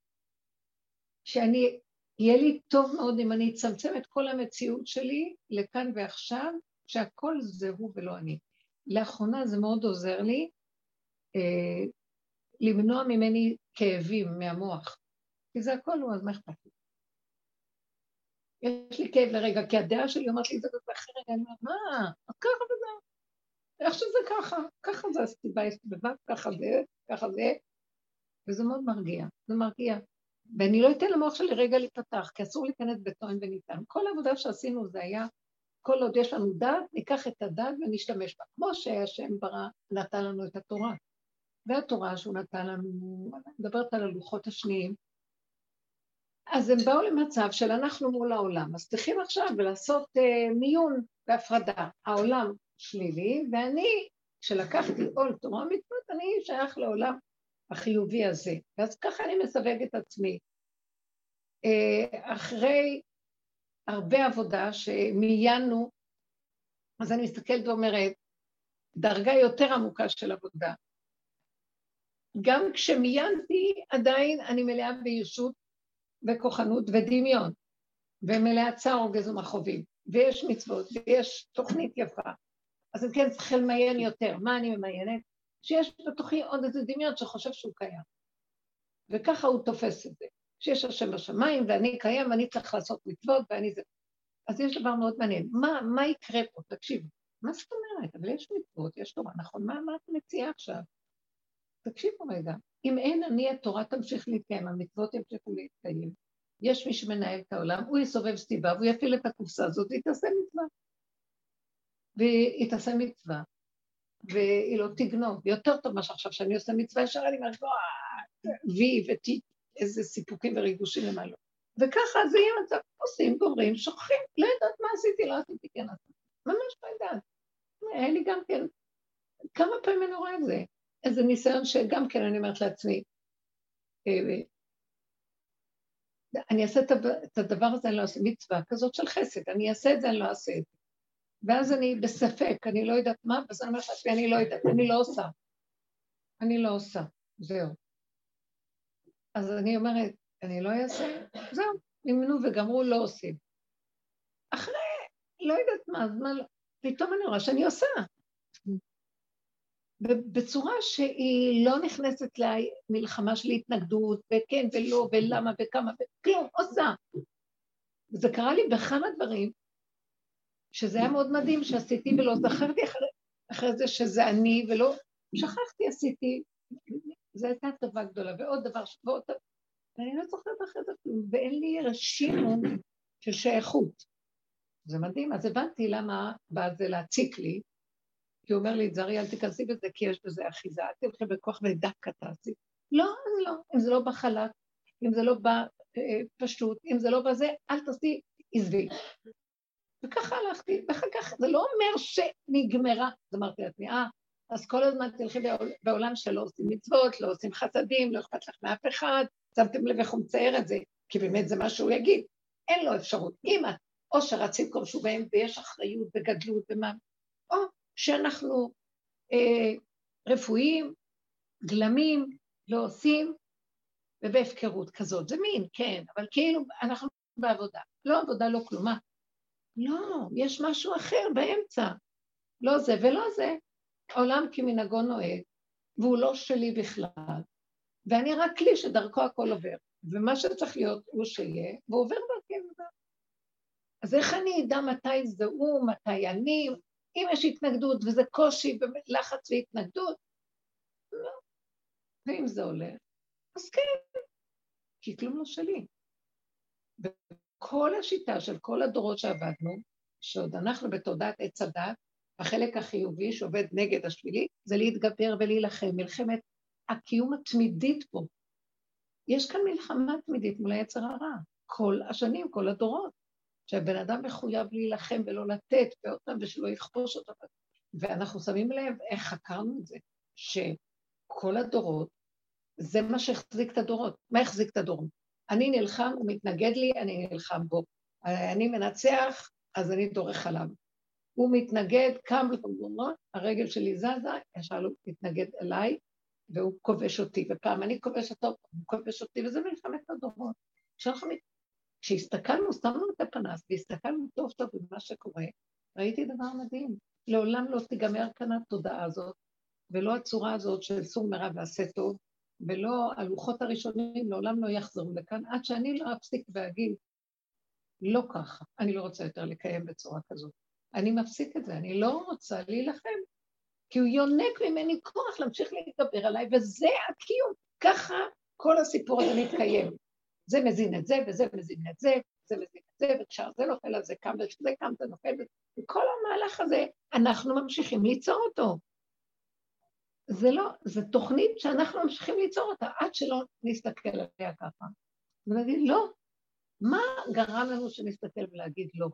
שאני, יהיה לי טוב מאוד אם אני אצמצם את כל המציאות שלי לכאן ועכשיו, שהכל זה הוא ולא אני. לאחרונה זה מאוד עוזר לי אה, למנוע ממני כאבים מהמוח, כי זה הכל הוא, אז מה אכפת לי? יש לי כאב לרגע, כי הדעה שלי אומרת לי, זה כזה אחרי רגע, אני אומרת, מה? אז ככה וזה. איך שזה ככה, ככה זה הסיבה, הסתובבה, ככה זה, ככה זה, וזה מאוד מרגיע, זה מרגיע. ואני לא אתן למוח שלי רגע להיפתח, כי אסור להיכנס בטוען וניתן. כל העבודה שעשינו זה היה, כל עוד יש לנו דעת, ניקח את הדעת ונשתמש בה. כמו שהשם ברא נתן לנו את התורה. והתורה שהוא נתן לנו, אני מדברת על הלוחות השניים, אז הם באו למצב של אנחנו מול העולם. אז צריכים עכשיו לעשות uh, מיון והפרדה. העולם שלילי, ואני, כשלקחתי עול תורה מצוות, אני שייך לעולם החיובי הזה. ואז ככה אני מסווג את עצמי. Uh, אחרי הרבה עבודה שמיינו, אז אני מסתכלת ואומרת, דרגה יותר עמוקה של עבודה. גם כשמיינתי, עדיין אני מלאה בישות וכוחנות ודמיון, ומלאה צער רוגז ומכאובים, ויש מצוות, ויש תוכנית יפה. אז כן צריך למיין יותר. מה אני ממיינת? שיש בתוכי עוד איזה דמיון שחושב שהוא קיים. וככה הוא תופס את זה. שיש השם בשמיים, ואני קיים, אני צריך לעשות מצוות, ואני זה. אז יש דבר מאוד מעניין. מה, מה יקרה פה? תקשיב, מה זאת אומרת? אבל יש מצוות, יש תורה, נכון? מה, מה את מציעה עכשיו? תקשיבו רגע, אם אין אני, התורה תמשיך להתקיים, המצוות ימשיכו להתקיים. יש מי שמנהל את העולם, הוא יסובב סטיבה, והוא יפיל את הקופסה הזאת, והיא תעשה מצווה. והיא תעשה מצווה, והיא לא תגנוב. יותר טוב מה שעכשיו שאני עושה מצווה, ישר אני אומרת, וי ותי, איזה סיפוקים וריגושים למה לא. וככה זה יהיה מצב, עושים, גומרים, שוכחים, לא יודעת מה עשיתי, לא עשיתי, כן עשיתי. ממש לא יודעת. היה לי גם כן, כמה פעמים אני רואה את זה. איזה ניסיון שגם כן אני אומרת לעצמי, אני אעשה את הדבר הזה, אני לא אעשה מצווה כזאת של חסד, אני אעשה את זה, אני לא אעשה את זה. ואז אני בספק, אני לא יודעת מה, ואז אני אומרת לעצמי, אני לא יודעת, אני לא עושה. אני לא עושה, זהו. אז אני אומרת, אני לא אעשה, זהו, נמנו וגמרו, לא עושים. אחרי, לא יודעת מה, זמן, פתאום אני רואה שאני עושה. בצורה שהיא לא נכנסת למלחמה של התנגדות, וכן ולא, ולמה וכמה, וכלום, עושה. וזה קרה לי בכמה דברים, שזה היה מאוד מדהים שעשיתי ולא זכרתי אחרי, אחרי זה שזה אני, ולא שכחתי, עשיתי, זו הייתה טובה גדולה, ועוד דבר, ועוד דבר, ואני לא זוכרת אחרי זה, ואין לי רשימו של שייכות. זה מדהים, אז הבנתי למה בא זה להציק לי, כי הוא אומר לי, זרי, אל תכנסי בזה, כי יש בזה אחיזה, אל תלכי בכוח ודווקא תעשי. לא, אז לא, אם זה לא בחלק, אם זה לא בפשוט, אם זה לא בזה, אל תעשי, עזבי. וככה הלכתי, ואחר כך, זה לא אומר שנגמרה, אז אמרתי לעצמי, אה, אז כל הזמן תלכי בעולם שלא עושים מצוות, לא עושים חסדים, לא אכפת לך מאף אחד, שמתם לב איך הוא מצייר את זה, כי באמת זה מה שהוא יגיד, אין לו אפשרות. אם את, או שרצית כלשהו בהם, ויש אחריות וגדלות ומה, או שאנחנו אה, רפואיים, גלמים, לא עושים, ובהפקרות כזאת, זה מין, כן, אבל כאילו אנחנו בעבודה, לא עבודה, לא כלומה. לא, יש משהו אחר באמצע, לא זה ולא זה, העולם כמנהגו נוהג, והוא לא שלי בכלל, ואני רק כלי שדרכו הכל עובר, ומה שצריך להיות הוא שיהיה, והוא עובר דרכי עבודה. אז איך אני אדע מתי זה הוא, מתי אני, אם יש התנגדות וזה קושי בלחץ והתנגדות, לא. ואם זה הולך, אז כן, כי כלום לא שלי. וכל השיטה של כל הדורות שעבדנו, שעוד אנחנו בתודעת עץ הדת, החלק החיובי שעובד נגד השבילי, זה להתגבר ולהילחם, מלחמת הקיום התמידית פה. יש כאן מלחמה תמידית מול היצר הרע, כל השנים, כל הדורות, שהבן אדם מחויב להילחם ולא לתת באותם ושלא יכבוש אותם. ואנחנו שמים לב איך חקרנו את זה, שכל הדורות, זה מה שהחזיק את הדורות. מה החזיק את הדורות? אני נלחם, הוא מתנגד לי, אני נלחם בו. אני מנצח, אז אני דורך עליו. הוא מתנגד, קם לפגונות, הרגל שלי זזה, ישר הוא מתנגד אליי, והוא כובש אותי, ופעם אני כובש אותו, הוא כובש אותי, וזה מלחמת הדורות. כשהסתכלנו, שמנו את הפנס, והסתכלנו טוב טוב במה שקורה, ראיתי דבר מדהים. לעולם לא תיגמר כאן התודעה הזאת, ולא הצורה הזאת של סור מרע ועשה טוב, ולא הלוחות הראשונים לעולם לא יחזרו לכאן, עד שאני לא אפסיק ואגיד, לא ככה, אני לא רוצה יותר לקיים בצורה כזאת. אני מפסיק את זה, אני לא רוצה להילחם, כי הוא יונק ממני כוח להמשיך להתגבר עליי, וזה הקיום, ככה כל הסיפור הזה מתקיים. זה מזין את זה, וזה מזין את זה, זה מזין את זה, וכשאר זה נופל, אז זה קם, וכשזה קם, זה נופל, וכל המהלך הזה, אנחנו ממשיכים ליצור אותו. זה לא, זה תוכנית שאנחנו ממשיכים ליצור אותה, עד שלא נסתכל עליה ככה. ונגיד, לא, מה גרם לנו שנסתכל ולהגיד לא?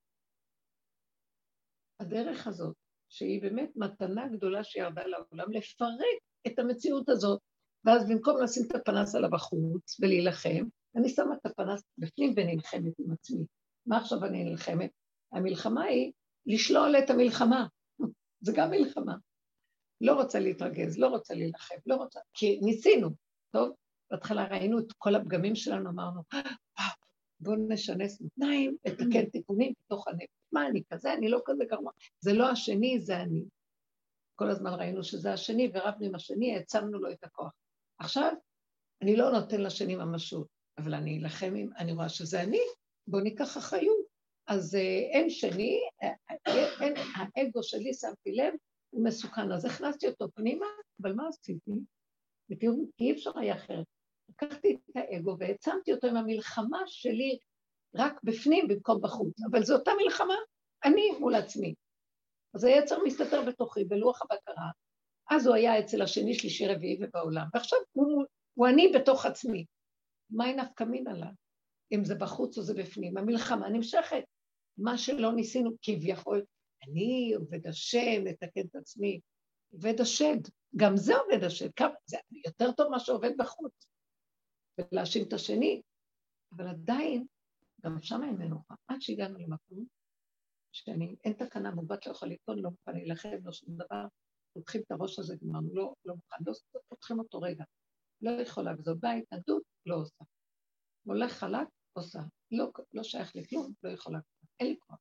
הדרך הזאת, שהיא באמת מתנה גדולה שירדה לעולם, לפרק את המציאות הזאת, ואז במקום לשים את הפנס עליו בחוץ ולהילחם, אני שמה את הפנס בפנים ונלחמת עם עצמי. מה עכשיו אני נלחמת? המלחמה היא לשלול את המלחמה. זה גם מלחמה. לא רוצה להתרגז, לא רוצה להילחם, לא רוצה, כי ניסינו, טוב? בהתחלה ראינו את כל הפגמים שלנו, אמרנו, בואו נשנה סמותניים, לתקן תיקונים בתוך הנפש. מה, אני כזה, אני לא כזה גרוע. זה לא השני, זה אני. כל הזמן ראינו שזה השני, ורבנו עם השני, העצמנו לו את הכוח. עכשיו, אני לא נותן לשני ממשות, אבל אני אלחם עם, אני רואה שזה אני, בואו ניקח אחריות. אז uh, אין שני, אין, האגו שלי, שמתי לב, הוא מסוכן, אז הכנסתי אותו פנימה, אבל מה עשיתי? ותראו, אי אפשר היה אחרת. לקחתי את האגו והעצמתי אותו עם המלחמה שלי רק בפנים במקום בחוץ, אבל זו אותה מלחמה, אני מול עצמי. אז היצר מסתתר בתוכי, בלוח הבקרה, אז הוא היה אצל השני, שלישי, רביעי ובעולם, ועכשיו הוא, הוא אני בתוך עצמי. מה אין נפקא מינה לה? אם זה בחוץ או זה בפנים. המלחמה נמשכת. מה שלא ניסינו כביכול, אני עובד השם, לתקן את עצמי, עובד השד, גם זה עובד השד, זה יותר טוב מה שעובד בחוץ, ולהאשים את השני, אבל עדיין, גם שם אין מנוחה, עד שהגענו למקום, שאני, אין תקנה, מובט לא יכול ליטון, לא מוכן להילחם, לא שום דבר, פותחים את הראש הזה, גמרנו, לא, לא מוכן, לא פותחים אותו רגע, לא יכולה, וזו באה התנגדות, לא עושה. הולך חלק, עושה, לא, לא שייך לכלום, לא יכולה, אין לי כוח.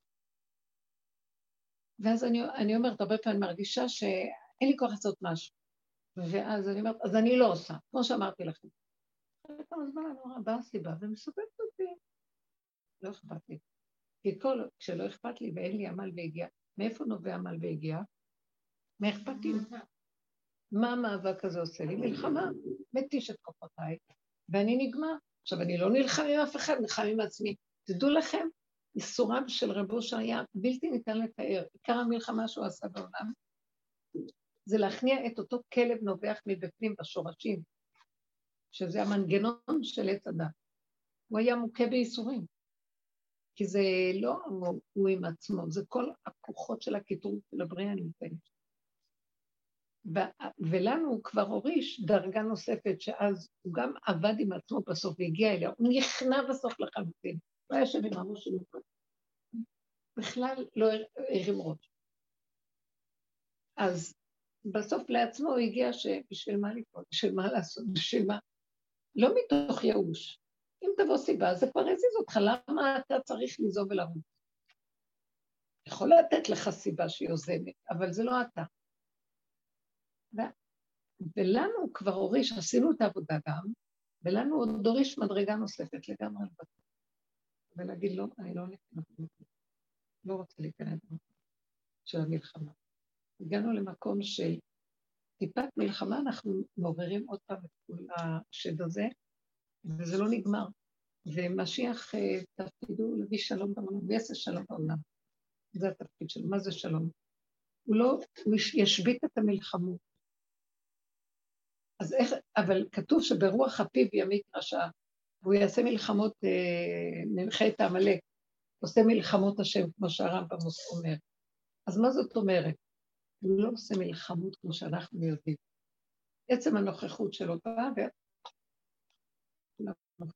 ואז אני, אני אומרת, הרבה פעמים מרגישה שאין לי כוח לעשות משהו. ואז אני אומרת, אז אני לא עושה, כמו שאמרתי לכם. אחרי כמה זמן אני אומרת, באה סיבה ומסובבת אותי. לא אכפת לי. כי כל, כשלא אכפת לי ואין לי עמל והגיע, מאיפה נובע עמל והגיע? מאכפתיות. מה המאבק הזה עושה לי? מלחמה, מתיש את כוחותיי, ואני נגמר. עכשיו, אני לא נלחם עם אף אחד, נלחם עם עצמי. תדעו לכם, איסוריו של רב אושר היה בלתי ניתן לתאר. עיקר המלחמה שהוא עשה בעולם, זה להכניע את אותו כלב נובח מבפנים בשורשים, שזה המנגנון של עץ הדת. הוא היה מוכה באיסורים, כי זה לא הוא עם עצמו, זה כל הכוחות של הכיתוב של הבריאה נמצאים. ולנו הוא כבר הוריש דרגה נוספת, שאז הוא גם עבד עם עצמו בסוף והגיע אליה, הוא נכנע בסוף לחלוטין, לא ישב עם הראש שלו, בכלל לא הרים ראש. אז בסוף לעצמו הוא הגיע שבשביל מה לפעול, בשביל מה לעשות, בשביל מה, לא מתוך ייאוש. אם תבוא סיבה, זה כבר הזיז אותך, למה אתה צריך לזוב ולרוץ? יכול לתת לך סיבה שהיא יוזמת, אבל זה לא אתה. ו... ולנו הוא כבר הוריש, עשינו את העבודה גם, ולנו עוד הוריש מדרגה נוספת לגמרי לבטא. ולהגיד לו, אני לא נכנס, לא רוצה להיכנס של המלחמה. הגענו למקום של טיפת מלחמה, אנחנו מעוררים עוד פעם את כל השד הזה, וזה לא נגמר. ומשיח תפקידו להביא שלום בעולם, ויעשה שלום בעולם. זה התפקיד שלו. מה זה שלום? הוא לא, הוא ישבית את המלחמות. אז איך, אבל כתוב שברוח הפיו ימית רשע, והוא יעשה מלחמות, נמחה את העמלק, עושה מלחמות השם, כמו שהרמב"ם אומר. אז מה זאת אומרת? הוא לא עושה מלחמות כמו שאנחנו יודעים. עצם הנוכחות שלו באה, ו...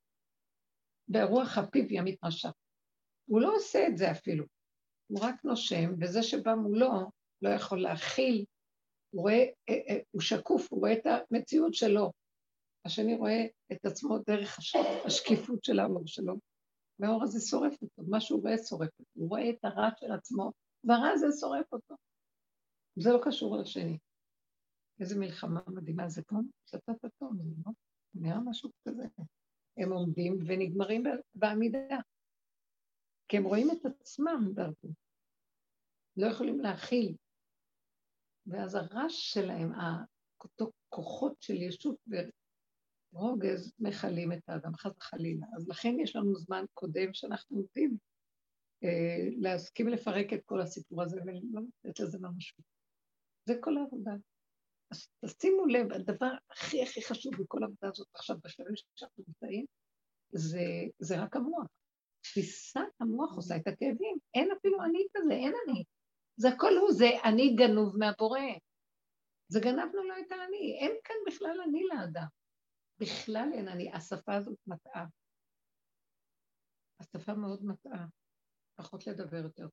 ברוח הפיו ימית רשע. הוא לא עושה את זה אפילו. הוא רק נושם, וזה שבא מולו לא יכול להכיל, הוא רואה, הוא שקוף, הוא רואה את המציאות שלו. השני רואה את עצמו דרך השקיפות של האור שלו, והאור הזה שורף אותו, מה שהוא רואה שורף אותו, הוא רואה את הרע של עצמו, והרע הזה שורף אותו. זה לא קשור לשני. איזו מלחמה מדהימה, זה כמו פצצת אטום, זה לא? נראה משהו כזה. הם עומדים ונגמרים בעמידה, כי הם רואים את עצמם דרכו. לא יכולים להכיל. ואז הרש שלהם, הכוחות של ישות ורוגז, מכלים את האדם, חס וחלילה. אז לכן יש לנו זמן קודם שאנחנו עובדים אה, להסכים לפרק את כל הסיפור הזה, ולא לתת לזה ממשות. זה כל העבודה. אז תשימו לב, הדבר הכי הכי חשוב בכל העבודה הזאת עכשיו, בשלבים שאנחנו נמצאים, זה, זה רק המוח. תפיסת המוח עושה את הכאבים. אין אפילו אני כזה, אין אני. זה הכל הוא, זה אני גנוב מהבורא. זה גנבנו לו את האני. אין כאן בכלל אני לאדם. בכלל אין אני. השפה הזאת מטעה. השפה מאוד מטעה. פחות לדבר יותר.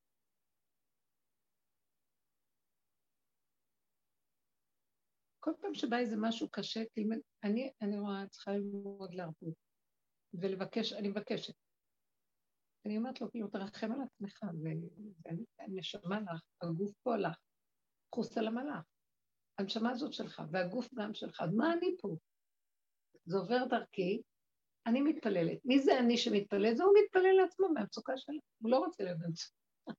כל פעם שבא איזה משהו קשה, תלמד, אני, אני רואה, צריכה ללמוד להרפות. ולבקש, אני מבקשת. אני אומרת לו, כאילו, תרחם על עצמך, ונשמה לך, הגוף פה לך, חוס על המלאך. הנשמה הזאת שלך, והגוף גם שלך, אז מה אני פה? זה עובר דרכי, אני מתפללת. מי זה אני שמתפלל? זה הוא מתפלל לעצמו מהמצוקה שלו, הוא לא רוצה להיות במצוקה.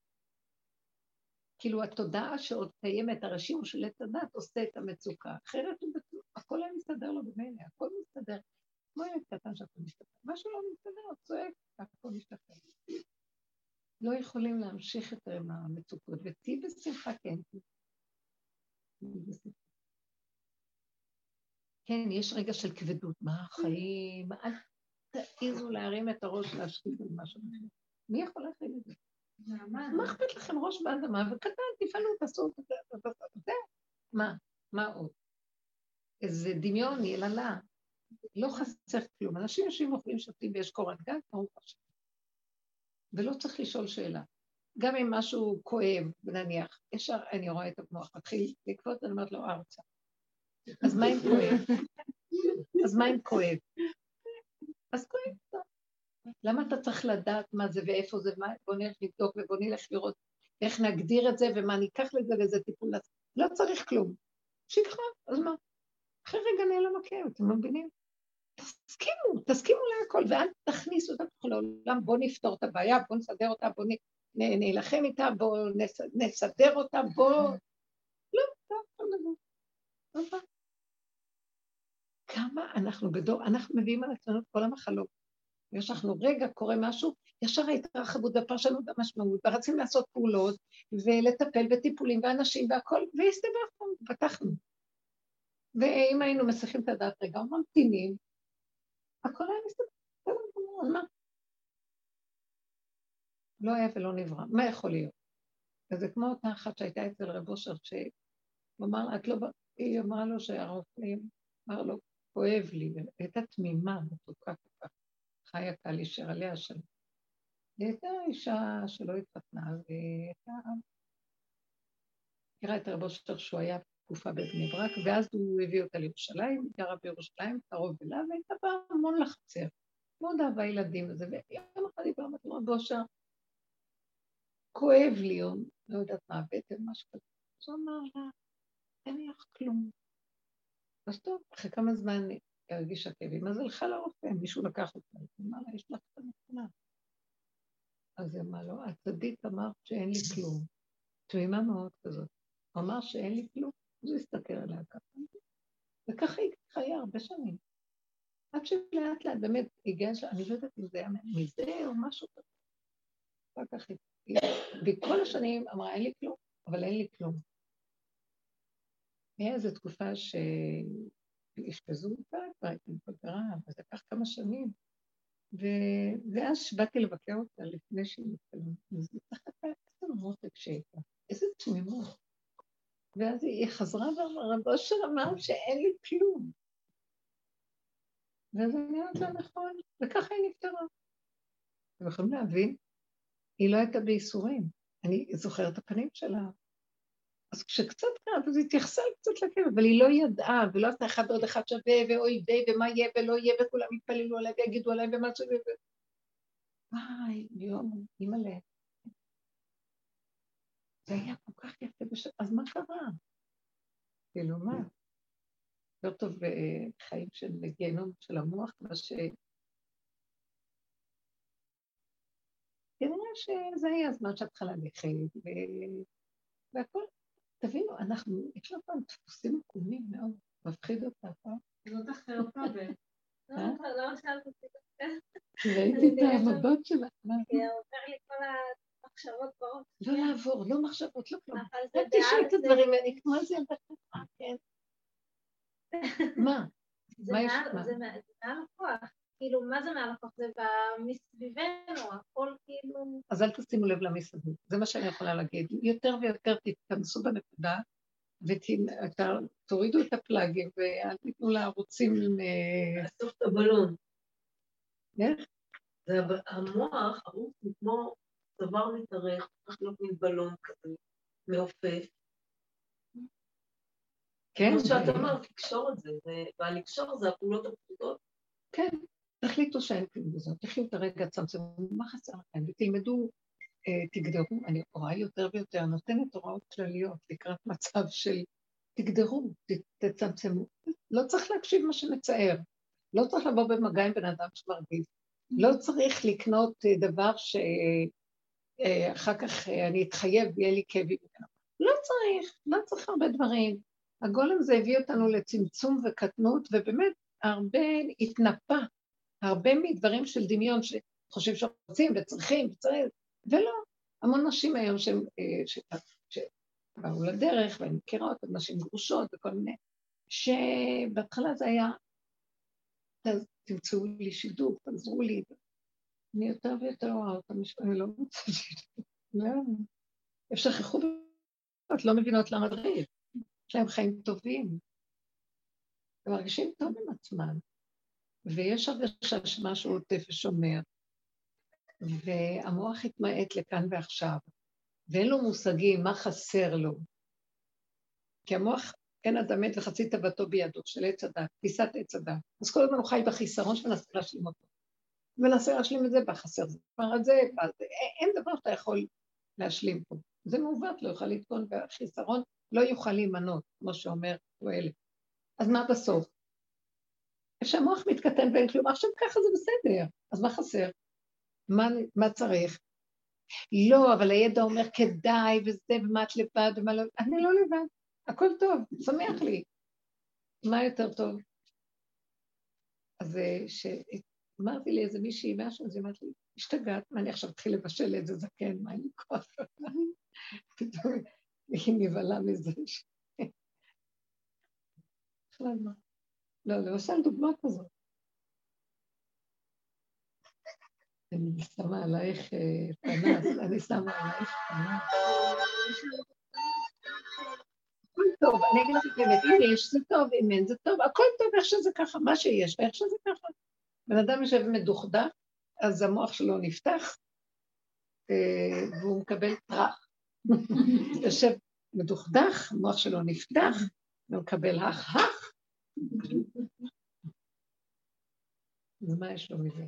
כאילו, התודעה שעוד קיימת, הרשימו של עץ הדת, עושה את המצוקה. אחרת הוא בטוח, הכל היה מסתדר לו במילא, הכל מסתדר. כמו ילד קטן שהכל מסתדר. משהו לא מסתדר, הוא צועק, הכל מסתדר. לא יכולים להמשיך את המצוקות, ותהי בשמחה, כן. כן, יש רגע של כבדות, מה החיים, תעיזו להרים את הראש להשקיף על משהו. מי יכול להכין את זה? מה אכפת לכם ראש באדמה, וקטן, תפעלו, תעשו את זה. מה? מה עוד? איזה דמיון, יללה. לא חסר כלום. אנשים יושבים אוכלים שותים ויש קורת גג, ברוך השם. ולא צריך לשאול שאלה. גם אם משהו כואב, נניח, ישר אני רואה את המוח, מתחיל לקפוץ, אני אומרת לו ארצה. אז מה אם כואב? אז מה אם כואב? אז כואב טוב. למה אתה צריך לדעת מה זה ואיפה זה, בוא נלך לבדוק ובוא נלך לראות איך נגדיר את זה ומה ניקח לזה וזה טיפול. לא צריך כלום. שכחה, אז מה? אחרי רגע נעלם הכאב, אתם לא מבינים? תסכימו, תסכימו להכל, ואל תכניסו אותה לעולם, בוא נפתור את הבעיה, בוא נסדר אותה, בוא נלחם איתה, בוא נסדר אותה, בוא... לא, לא, לא, לא, לא. כמה אנחנו בדור, אנחנו מביאים על עצמנו כל המחלות. ושאנחנו רגע קורה משהו, ישר ההתרחבות בפרשנות המשמעות, ורצים לעשות פעולות, ולטפל בטיפולים ואנשים והכל, והסתבכנו, פתחנו. ואם היינו מסכים את הדעת רגע, וממתינים, הכל היה מסתבר, אז מה? לא היה ולא נברא, מה יכול להיות? וזה כמו אותה אחת שהייתה אצל רב אושר, שהיא אמרה לה, את לא, היא אמרה לו שהרופאים, אמר לו, כואב לי, הייתה תמימה, מתוקה ככה, חיה קל אישר עליה שלו. היא הייתה אישה שלא התפתנה, והיא הייתה, תראה את רב אושר שהוא היה תקופה בבני ברק, ואז הוא הביא אותה לירושלים, גרה בירושלים, קרוב אליו, והייתה באה המון לחצר. מאוד אהבה ילדים וזה, ויום אחד היא באה רב אושר, כואב לי, או לא יודעת מה, הבטן, משהו כזה. אז הוא אמר לה, אין לי לך כלום. אז טוב, אחרי כמה זמן הרגישה כאבים, אז הלכה לרופא, מישהו לקח אותה, הוא אמר לה, יש לך את המתנה. אז היא אמרה לו, הצדיק אמר שאין לי כלום. תמימה מאוד כזאת. הוא אמר שאין לי כלום, אז הוא הסתכל עליה ככה. וככה היא חיה הרבה שנים. עד שלאט לאט באמת הגיעה, אני לא יודעת אם זה היה מזה או משהו כזה. אחר כך היא, וכל השנים אמרה, אין לי כלום, אבל אין לי כלום. היה איזו תקופה שהשפזו אותה, כבר הייתי מתבגרה, אז לקח כמה שנים. ואז שבאתי לבקר אותה לפני שהיא מתקלמת. אז היא צחקה, איזה מותק שהייתה, איזה תמימות. ואז היא חזרה ואמרה, רב אושר אמר שאין לי כלום. ואז אני אומרת לה, נכון, וככה היא נפטרה. אתם יכולים להבין? היא לא הייתה בייסורים. אני זוכרת את הפנים שלה. אז כשקצת קרה, אז היא התייחסה קצת לכאב, אבל היא לא ידעה, ולא עשתה אחד עוד אחד שווה, ואוי די, ומה יהיה ולא יהיה, וכולם יתפללו עליי ויגידו עליי ומה שווה. וואי, יום, אימא'לה. זה היה כל כך יפה בשביל, אז מה קרה? כאילו מה? יותר טוב חיים של גיהנום של המוח, מה ש... כנראה שזה היה הזמן שאת צריכה ללכת, ו... והכל, תבינו, אנחנו, יש לנו פעם דפוסים עקומים מאוד, מפחיד אותה, אה? זאת החרפה ב... לא שאלת אותי. ראיתי את העמדות שלה. כי עובר לי כל המחשבות באות. לא לעבור, לא מחשבות, לא כלום. רק תשאי את הדברים האלה, כמו זה ילדה ככה, כן. מה? זה מעל הכוח. כאילו, מה זה מעל הכוח? זה מסביבנו, הכל כאילו... אז אל תשימו לב למסביב, זה מה שאני יכולה להגיד. יותר ויותר תתכנסו בנקודה, ותורידו את הפלאגים, ואל תיתנו לערוצים... לאסוף את הבלון. איך? המוח ערוץ כמו דבר מתארך, צריך להיות מבלון כזה, מעופף. כן. כמו שאת אמרת, לקשור את זה, והלקשור זה הפעולות הפשוטות. כן, תחליטו שאין כלום בזה, תחיו את הרגע, צמצמו, מה חסר לכם, ותלמדו, תגדרו, אני רואה יותר ויותר, נותנת הוראות כלליות לקראת מצב של תגדרו, תצמצמו. לא צריך להקשיב מה שמצער, לא צריך לבוא במגע עם בן אדם שמרגיש, לא צריך לקנות דבר שאחר כך אני אתחייב ויהיה לי כאבי. לא צריך, לא צריך הרבה דברים. הגולם זה הביא אותנו לצמצום וקטנות, ובאמת הרבה התנפה, הרבה מדברים של דמיון שחושבים שרוצים וצריכים וצריך, ולא. המון נשים היום שבאו לדרך, ואני מכירה אותם, נשים גרושות וכל מיני, שבהתחלה זה היה תמצאו לי שידור, תעזרו לי. אני יותר ויותר רואה אותם, אני לא רוצה שידור. לא, הם שכחו, את לא מבינות למה דריב. יש להם חיים טובים. הם מרגישים טוב עם עצמם. ויש הרגשה שמשהו עוטף ושומר. והמוח התמעט לכאן ועכשיו. ואין לו מושגים מה חסר לו. כי המוח אין אדם מת וחצי תאוותו בידו, של עץ הדת, תפיסת עץ הדת. אז כל הזמן הוא חי בחיסרון שמנסה להשלים אותו. מנסה להשלים את זה בחסר. זאת אומרת, זה, אין דבר שאתה יכול להשלים פה. זה מעוות, לא יוכל לתקון בחיסרון, לא יוכל להימנות, כמו שאומר תועלת. אז מה בסוף? כשהמוח מתקטן ואין כלום, עכשיו ככה זה בסדר. אז מה חסר? מה, מה צריך? לא, אבל הידע אומר כדאי וזה, ומה את לבד, ומה לא... אני לא לבד. הכל טוב, שמח לי. מה יותר טוב? אז שאמרתי לי איזה מישהי משהו, אז אמרתי לי, השתגעת, מה אני עכשיו אתחיל לבשל איזה זקן, מה אני כוח? פתאום היא נבהלה מזה. לא, למשל דוגמה כזאת. אני שמה עלייך פנס, אני שמה עלייך פנס. הכל טוב, אני אגיד לך באמת, אם יש זה טוב, אם אין זה טוב, הכל טוב איך שזה ככה, מה שיש, ואיך שזה ככה. בן אדם יושב מדוכדך, אז המוח שלו נפתח, והוא מקבל טרח. יושב מדוכדך, המוח שלו נפתח, והוא מקבל הך-הך. ומה יש לו מזה?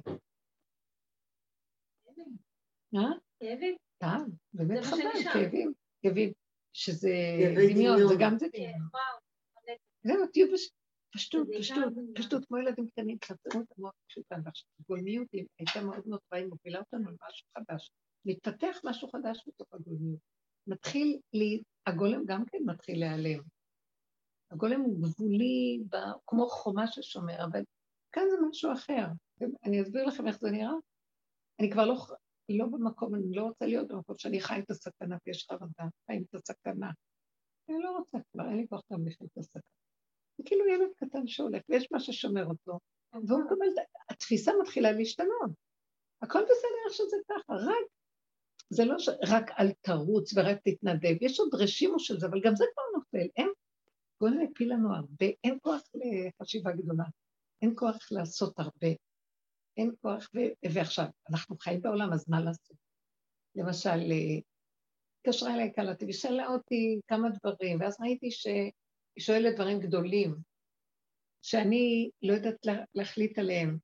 אה? כאבים. טעם, באמת חבל, כאבים, כאבים. שזה דמיון, זה גם זה דמיון. זהו, תהיו פשטות, פשטות, פשטות, כמו ילדים קטנים, תחזרו את המוח פשוטה, ועכשיו גולמיות הייתה מאוד מאוד טובה, היא מובילה אותנו על משהו חדש. מתפתח משהו חדש בתוך הגולמיות. מתחיל, הגולם גם כן מתחיל להיעלם. הגולם הוא גבולי, כמו חומה ששומר, אבל כאן זה משהו אחר. אני אסביר לכם איך זה נראה. אני כבר לא... לא במקום, אני לא רוצה להיות במקום שאני חי את הסכנה, כי יש חרדה, חיים את הסכנה. אני לא רוצה כבר, אין לי כבר גם לחיות את הסכנה. זה כאילו ילד קטן שהולך, ויש מה ששומר אותו, והוא מקבל, התפיסה מתחילה להשתנות. הכל בסדר איך שזה ככה, רק, זה לא ש... רק אל תרוץ ורק תתנדב, יש עוד רשימו של זה, אבל גם זה כבר נופל, אין, כל זה הפיל לנו הרבה, אין כוח לחשיבה גדולה, אין כוח לעשות הרבה. אין כוח, ו- ועכשיו, אנחנו חיים בעולם, אז מה לעשות? למשל, התקשרה אליי קלתי, ושאלה אותי כמה דברים, ואז ראיתי שהיא שואלת דברים גדולים, שאני לא יודעת לה, להחליט עליהם.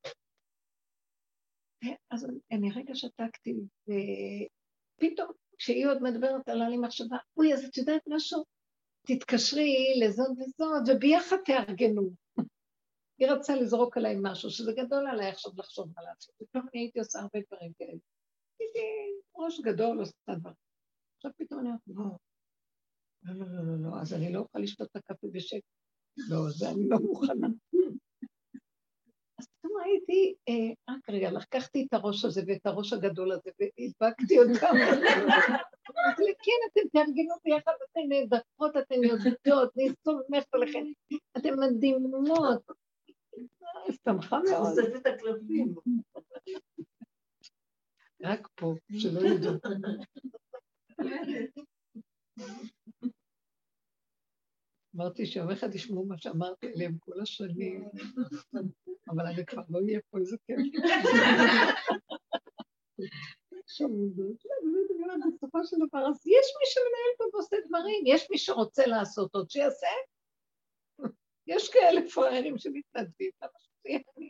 אז אני רגע שתקתי, ופתאום, כשהיא עוד מדברת עלה לי מחשבה, אוי, אז את יודעת משהו? תתקשרי לזאת וזאת, וביחד תארגנו. היא רצה לזרוק עליי משהו, שזה גדול עליי עכשיו לחשוב מה לעשות. ופתאום אני הייתי עושה הרבה דברים כאלה. הייתי ראש גדול, עושה דברים. עכשיו פתאום אני אומרת, לא, לא, לא, לא, לא, לא, אז אני לא אוכל לשתות את הקפה בשקט. לא, זה אני לא מוכנה. אז פתאום הייתי, רק רגע, לקחתי את הראש הזה ואת הראש הגדול הזה, והדבקתי אותם. כן, אתם תארגנו ביחד, אתן נהדרות, אתן יודעות, נסתומכת עליכם, אתן מדהימות. הסתמכה מאוד. עושה את הקלפים. רק פה, שלא ידעו. אמרתי שיום אחד ישמעו מה שאמרתי עליהם כל השנים, אבל אני כבר לא אהיה פה, איזה כיף. שמודות, בסופו של דבר, אז יש מי שמנהל פה ועושה דברים, יש מי שרוצה לעשות עוד שיעשה. יש כאלה פראיירים שמתנדבים, למה שזה יהיה?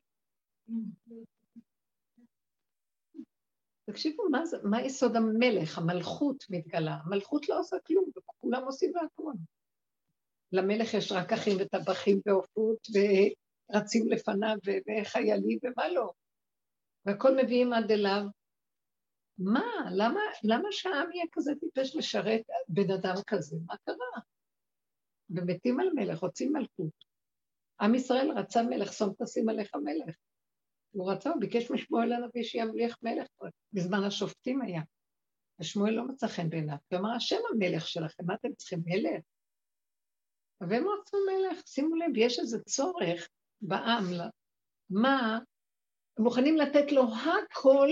תקשיבו, מה, זה, מה יסוד המלך? המלכות מתגלה. המלכות לא עושה כלום, וכולם עושים לה הכל. למלך יש רק אחים וטבחים ועופות, ורצים לפניו, וחיילים, ומה לא. והכל מביאים עד אליו. מה? למה, למה שהעם יהיה כזה טיפש לשרת בן אדם כזה? מה קרה? ומתים על מלך, רוצים מלכות. עם ישראל רצה מלך, שום תשים עליך מלך. הוא רצה, הוא ביקש משמואל הנביא שימליך מלך, בזמן השופטים היה. ושמואל לא מצא חן בעיניו, ואמר, השם המלך שלכם, מה אתם צריכים מלך? והם רצו מלך, שימו לב, יש איזה צורך בעם מה? הם מוכנים לתת לו הכל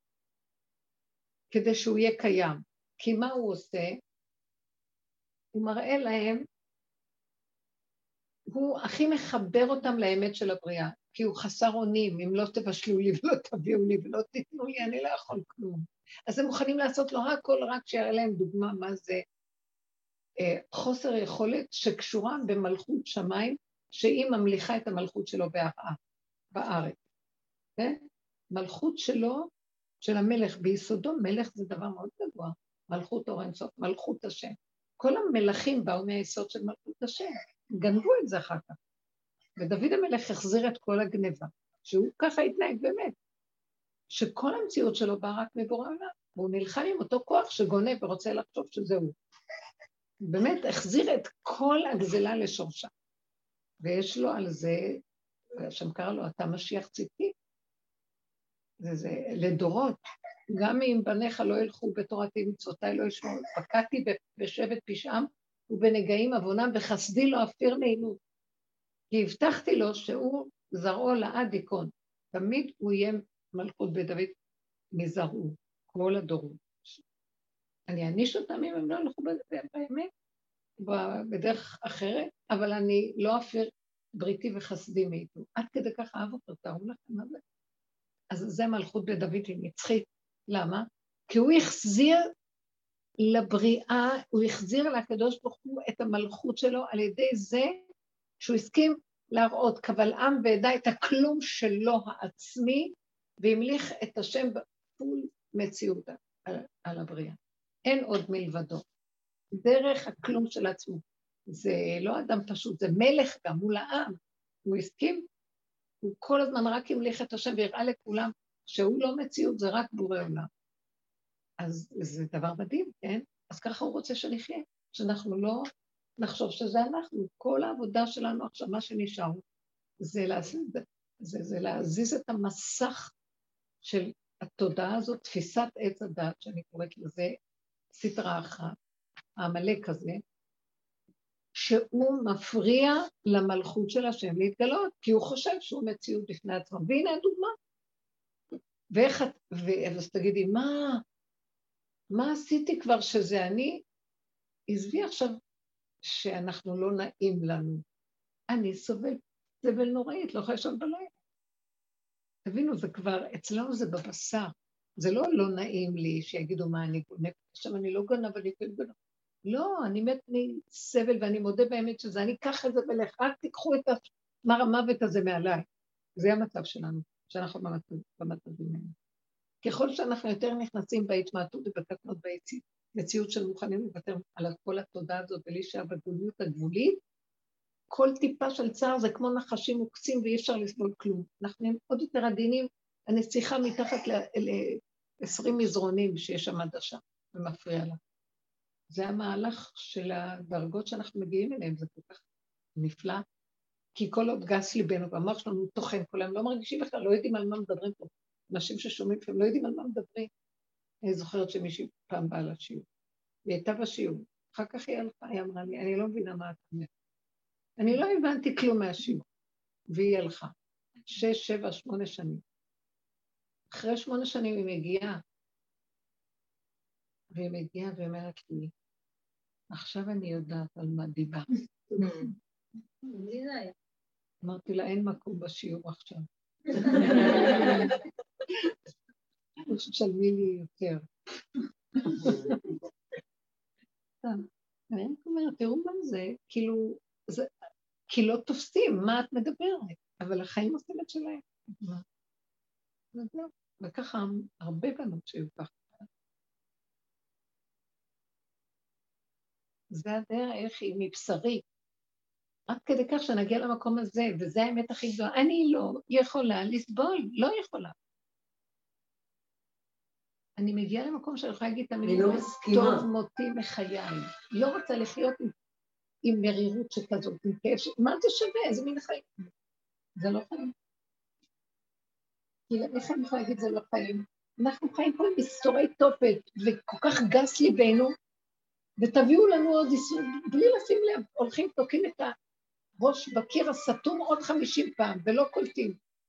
כדי שהוא יהיה קיים. כי מה הוא עושה? הוא מראה להם, הוא הכי מחבר אותם לאמת של הבריאה, כי הוא חסר אונים, אם לא תבשלו לי ולא תביאו לי ולא תיתנו לי, אני לא יכול כלום. אז הם מוכנים לעשות לו הכל, רק שיראה להם דוגמה מה זה אה, חוסר יכולת שקשורה במלכות שמיים, שהיא ממליכה את המלכות שלו בארץ. כן? מלכות שלו, של המלך, ביסודו מלך זה דבר מאוד גבוה, מלכות אור אינסוף, מלכות השם. כל המלכים באו מהיסוד של מלכות השם, גנבו את זה אחר כך. ודוד המלך החזיר את כל הגניבה, שהוא ככה התנהג באמת, שכל המציאות שלו באה רק מבורא עולם, והוא נלחם עם אותו כוח שגונב ורוצה לחשוב שזהו. באמת החזיר את כל הגזלה לשורשה. ויש לו על זה, שם קרא לו, אתה משיח צדקי. זה, זה לדורות, גם אם בניך לא ילכו בתורתי מצוותיי לא ישמעו, פקעתי בשבט פשעם ובנגעים עוונם בחסדי לא אפיר נעימות. כי הבטחתי לו שהוא זרעו לעד ייכון, תמיד הוא יהיה מלכות בית דוד מזרעו, כל הדורות. אני אעניש אותם אם הם לא ילכו באמת, בדרך אחרת, אבל אני לא אפיר בריתי וחסדי מאיתו. עד כדי כך אהב אותו, תראו לכם מה זה. אז זה מלכות בית דוד היא נצחית. למה? כי הוא החזיר לבריאה, הוא החזיר לקדוש ברוך הוא את המלכות שלו על ידי זה שהוא הסכים להראות קבל עם ועדה את הכלום שלו העצמי, והמליך את השם בפול מציאות על, על הבריאה. אין עוד מלבדו. דרך הכלום של עצמו. זה לא אדם פשוט, זה מלך גם מול העם. הוא הסכים, הוא כל הזמן רק המליך את השם והראה לכולם שהוא לא מציאות, זה רק בורא עולם. אז זה דבר מדהים, כן? אז ככה הוא רוצה שנחיה, שאנחנו לא נחשוב שזה אנחנו. כל העבודה שלנו עכשיו, מה שנשאר, זה, להזיז, זה, זה להזיז את המסך של התודעה הזאת, תפיסת עץ הדת, שאני קוראת לזה סטרה אחת, העמלק הזה, שהוא מפריע למלכות של השם להתגלות, כי הוא חושב שהוא מציאות בפני עצמו. והנה הדוגמה. ואיך את, ואז תגידי, מה, מה עשיתי כבר שזה אני? עזבי עכשיו שאנחנו לא נעים לנו. אני סובל, סבל נוראית, לא יכולה לשאול בלילה. תבינו, זה כבר, אצלנו זה בבשר. זה לא לא נעים לי שיגידו מה אני גונב. עכשיו אני לא גונב, אני כן גונב. לא, אני מת מסבל ואני מודה באמת שזה, אני אקח את זה ולך, רק תיקחו את המר המוות הזה מעליי. זה המצב שלנו, שאנחנו במצבים האלה. ככל שאנחנו יותר נכנסים בהתמעטות ובתקנות במציאות של מוכנים לוותר על כל התודעה הזאת ולהישאר בגבוליות הגבולית, כל טיפה של צער זה כמו נחשים מוקצים ואי אפשר לסבול כלום. אנחנו עוד יותר עדינים, הנסיכה מתחת ל-עשרים מזרונים שיש שם עדשה ומפריע לה. זה המהלך של הדרגות שאנחנו מגיעים אליהם, זה כל כך נפלא, כי כל עוד גס ליבנו, והמוח שלנו תוכן, כולם לא מרגישים בכלל, לא יודעים על מה מדברים פה. אנשים ששומעים שהם לא יודעים על מה מדברים. אני זוכרת שמישהי פעם באה לשיעור, היא הייתה בשיעור, אחר כך היא הלכה, היא אמרה לי, אני לא מבינה מה את אומרת. אני לא הבנתי כלום מהשיעור, והיא הלכה, שש, שבע, שמונה שנים. אחרי שמונה שנים היא מגיעה, והיא מגיעה ואומרת לי, עכשיו אני יודעת על מה דיברת. אמרתי לה, אין מקום בשיעור עכשיו. תשלמי לי יותר. אני אומרת, תראו מה זה, כאילו, כי לא תופסים מה את מדברת, אבל החיים עושים את שלהם. וככה הרבה בנות שהיו ככה. זה הדרך היא מבשרי. עד כדי כך שנגיע למקום הזה, וזה האמת הכי גדולה. אני לא יכולה לסבול, לא יכולה. אני מגיעה למקום שאני יכולה להגיד את המילים, אני לא מסכימה. טוב מותי מחיי. לא רוצה לחיות עם, עם מרירות שכזאת, עם כאב, ש... מה זה שווה? איזה מין חיים? זה לא חיים. כי איך אני יכולה להגיד זה לא חיים? אנחנו חיים פה עם מסתורי תופת, וכל כך גס ליבנו, ותביאו לנו עוד איסור, בלי לשים לב, הולכים תוקעים את הראש בקיר הסתום עוד חמישים פעם, ולא קולטים.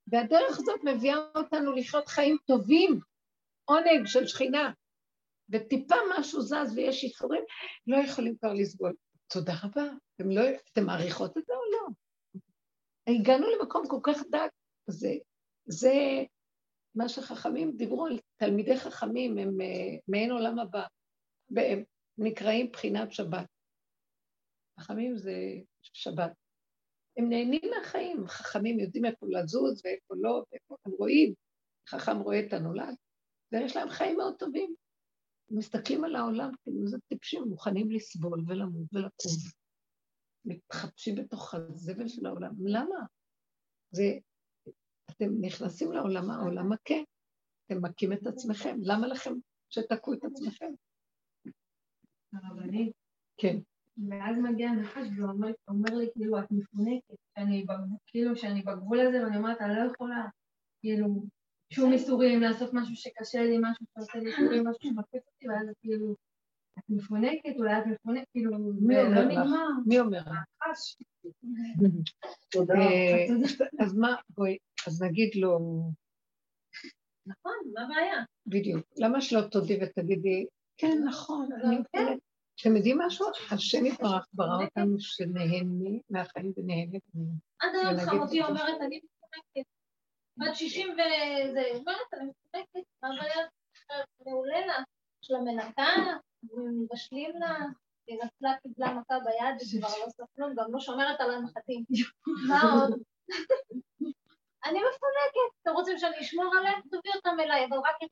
והדרך הזאת מביאה אותנו לחיות חיים טובים, עונג של שכינה, וטיפה משהו זז ויש איחורים, לא יכולים כבר לסבול. תודה רבה, אתם, לא, אתם מעריכות את זה או לא? הגענו למקום כל כך דק, זה, זה מה שחכמים דיברו על תלמידי חכמים, הם מעין עולם הבא, והם נקראים בחינת שבת. חכמים זה שבת. הם נהנים מהחיים, חכמים יודעים איפה לזוז ואיפה לא, ואיפה הם רואים, חכם רואה את הנולד, ויש להם חיים מאוד טובים. הם מסתכלים על העולם, כאילו זה טיפשים, מוכנים לסבול ולמות ולקום. מתחפשים בתוך הזבל של העולם. למה? זה, אתם נכנסים לעולם, העולם מכה, אתם מכים את עצמכם. למה לכם שתקעו את עצמכם? הרבנית. כן. ואז מגיע הנחש ואומר לי, כאילו, את מפונקת, שאני, כאילו, שאני בגבול הזה, ואני אומרת, אני לא יכולה, כאילו, שום איסורים, לעשות משהו שקשה לי, משהו שעושה לי איסורים, משהו שמקפיץ אותי, ואז כאילו, את מפונקת, אולי את מפונקת, כאילו, לא נגמר. מי אומר? הנחש. תודה. אז מה, בואי, אז נגיד לו... נכון, מה הבעיה? בדיוק. למה שלא תודי ותגידי, כן, נכון, אני מפונקת. אתם יודעים משהו? השם יתברך ברא אותנו שנהנה מהחיים ונהנה. עד היום חמותי אומרת, אני מפונקת. בת שישים וזה, אומרת, אני מפונקת, מה הבעיה? מעולה לה, יש לה מנקה, מבשלים לה, היא נפלה קיבלה מכה ביד, וכבר לא עושה כלום, גם לא שומרת על הנחתים. מה עוד? אני מפונקת, אתם רוצים שאני אשמור עליהם? תביאו אותם אליי, אבל רק...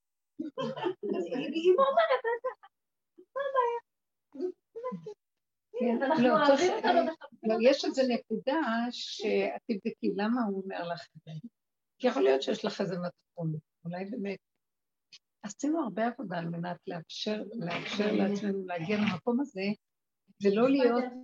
היא אומרת, מה הבעיה? יש איזו נקודה שאת תבדקי, למה הוא אומר לך את זה? כי יכול להיות שיש לך איזה מצפון, אולי באמת. עשינו הרבה עבודה על מנת לאפשר לעצמנו להגיע למקום הזה, ולא להיות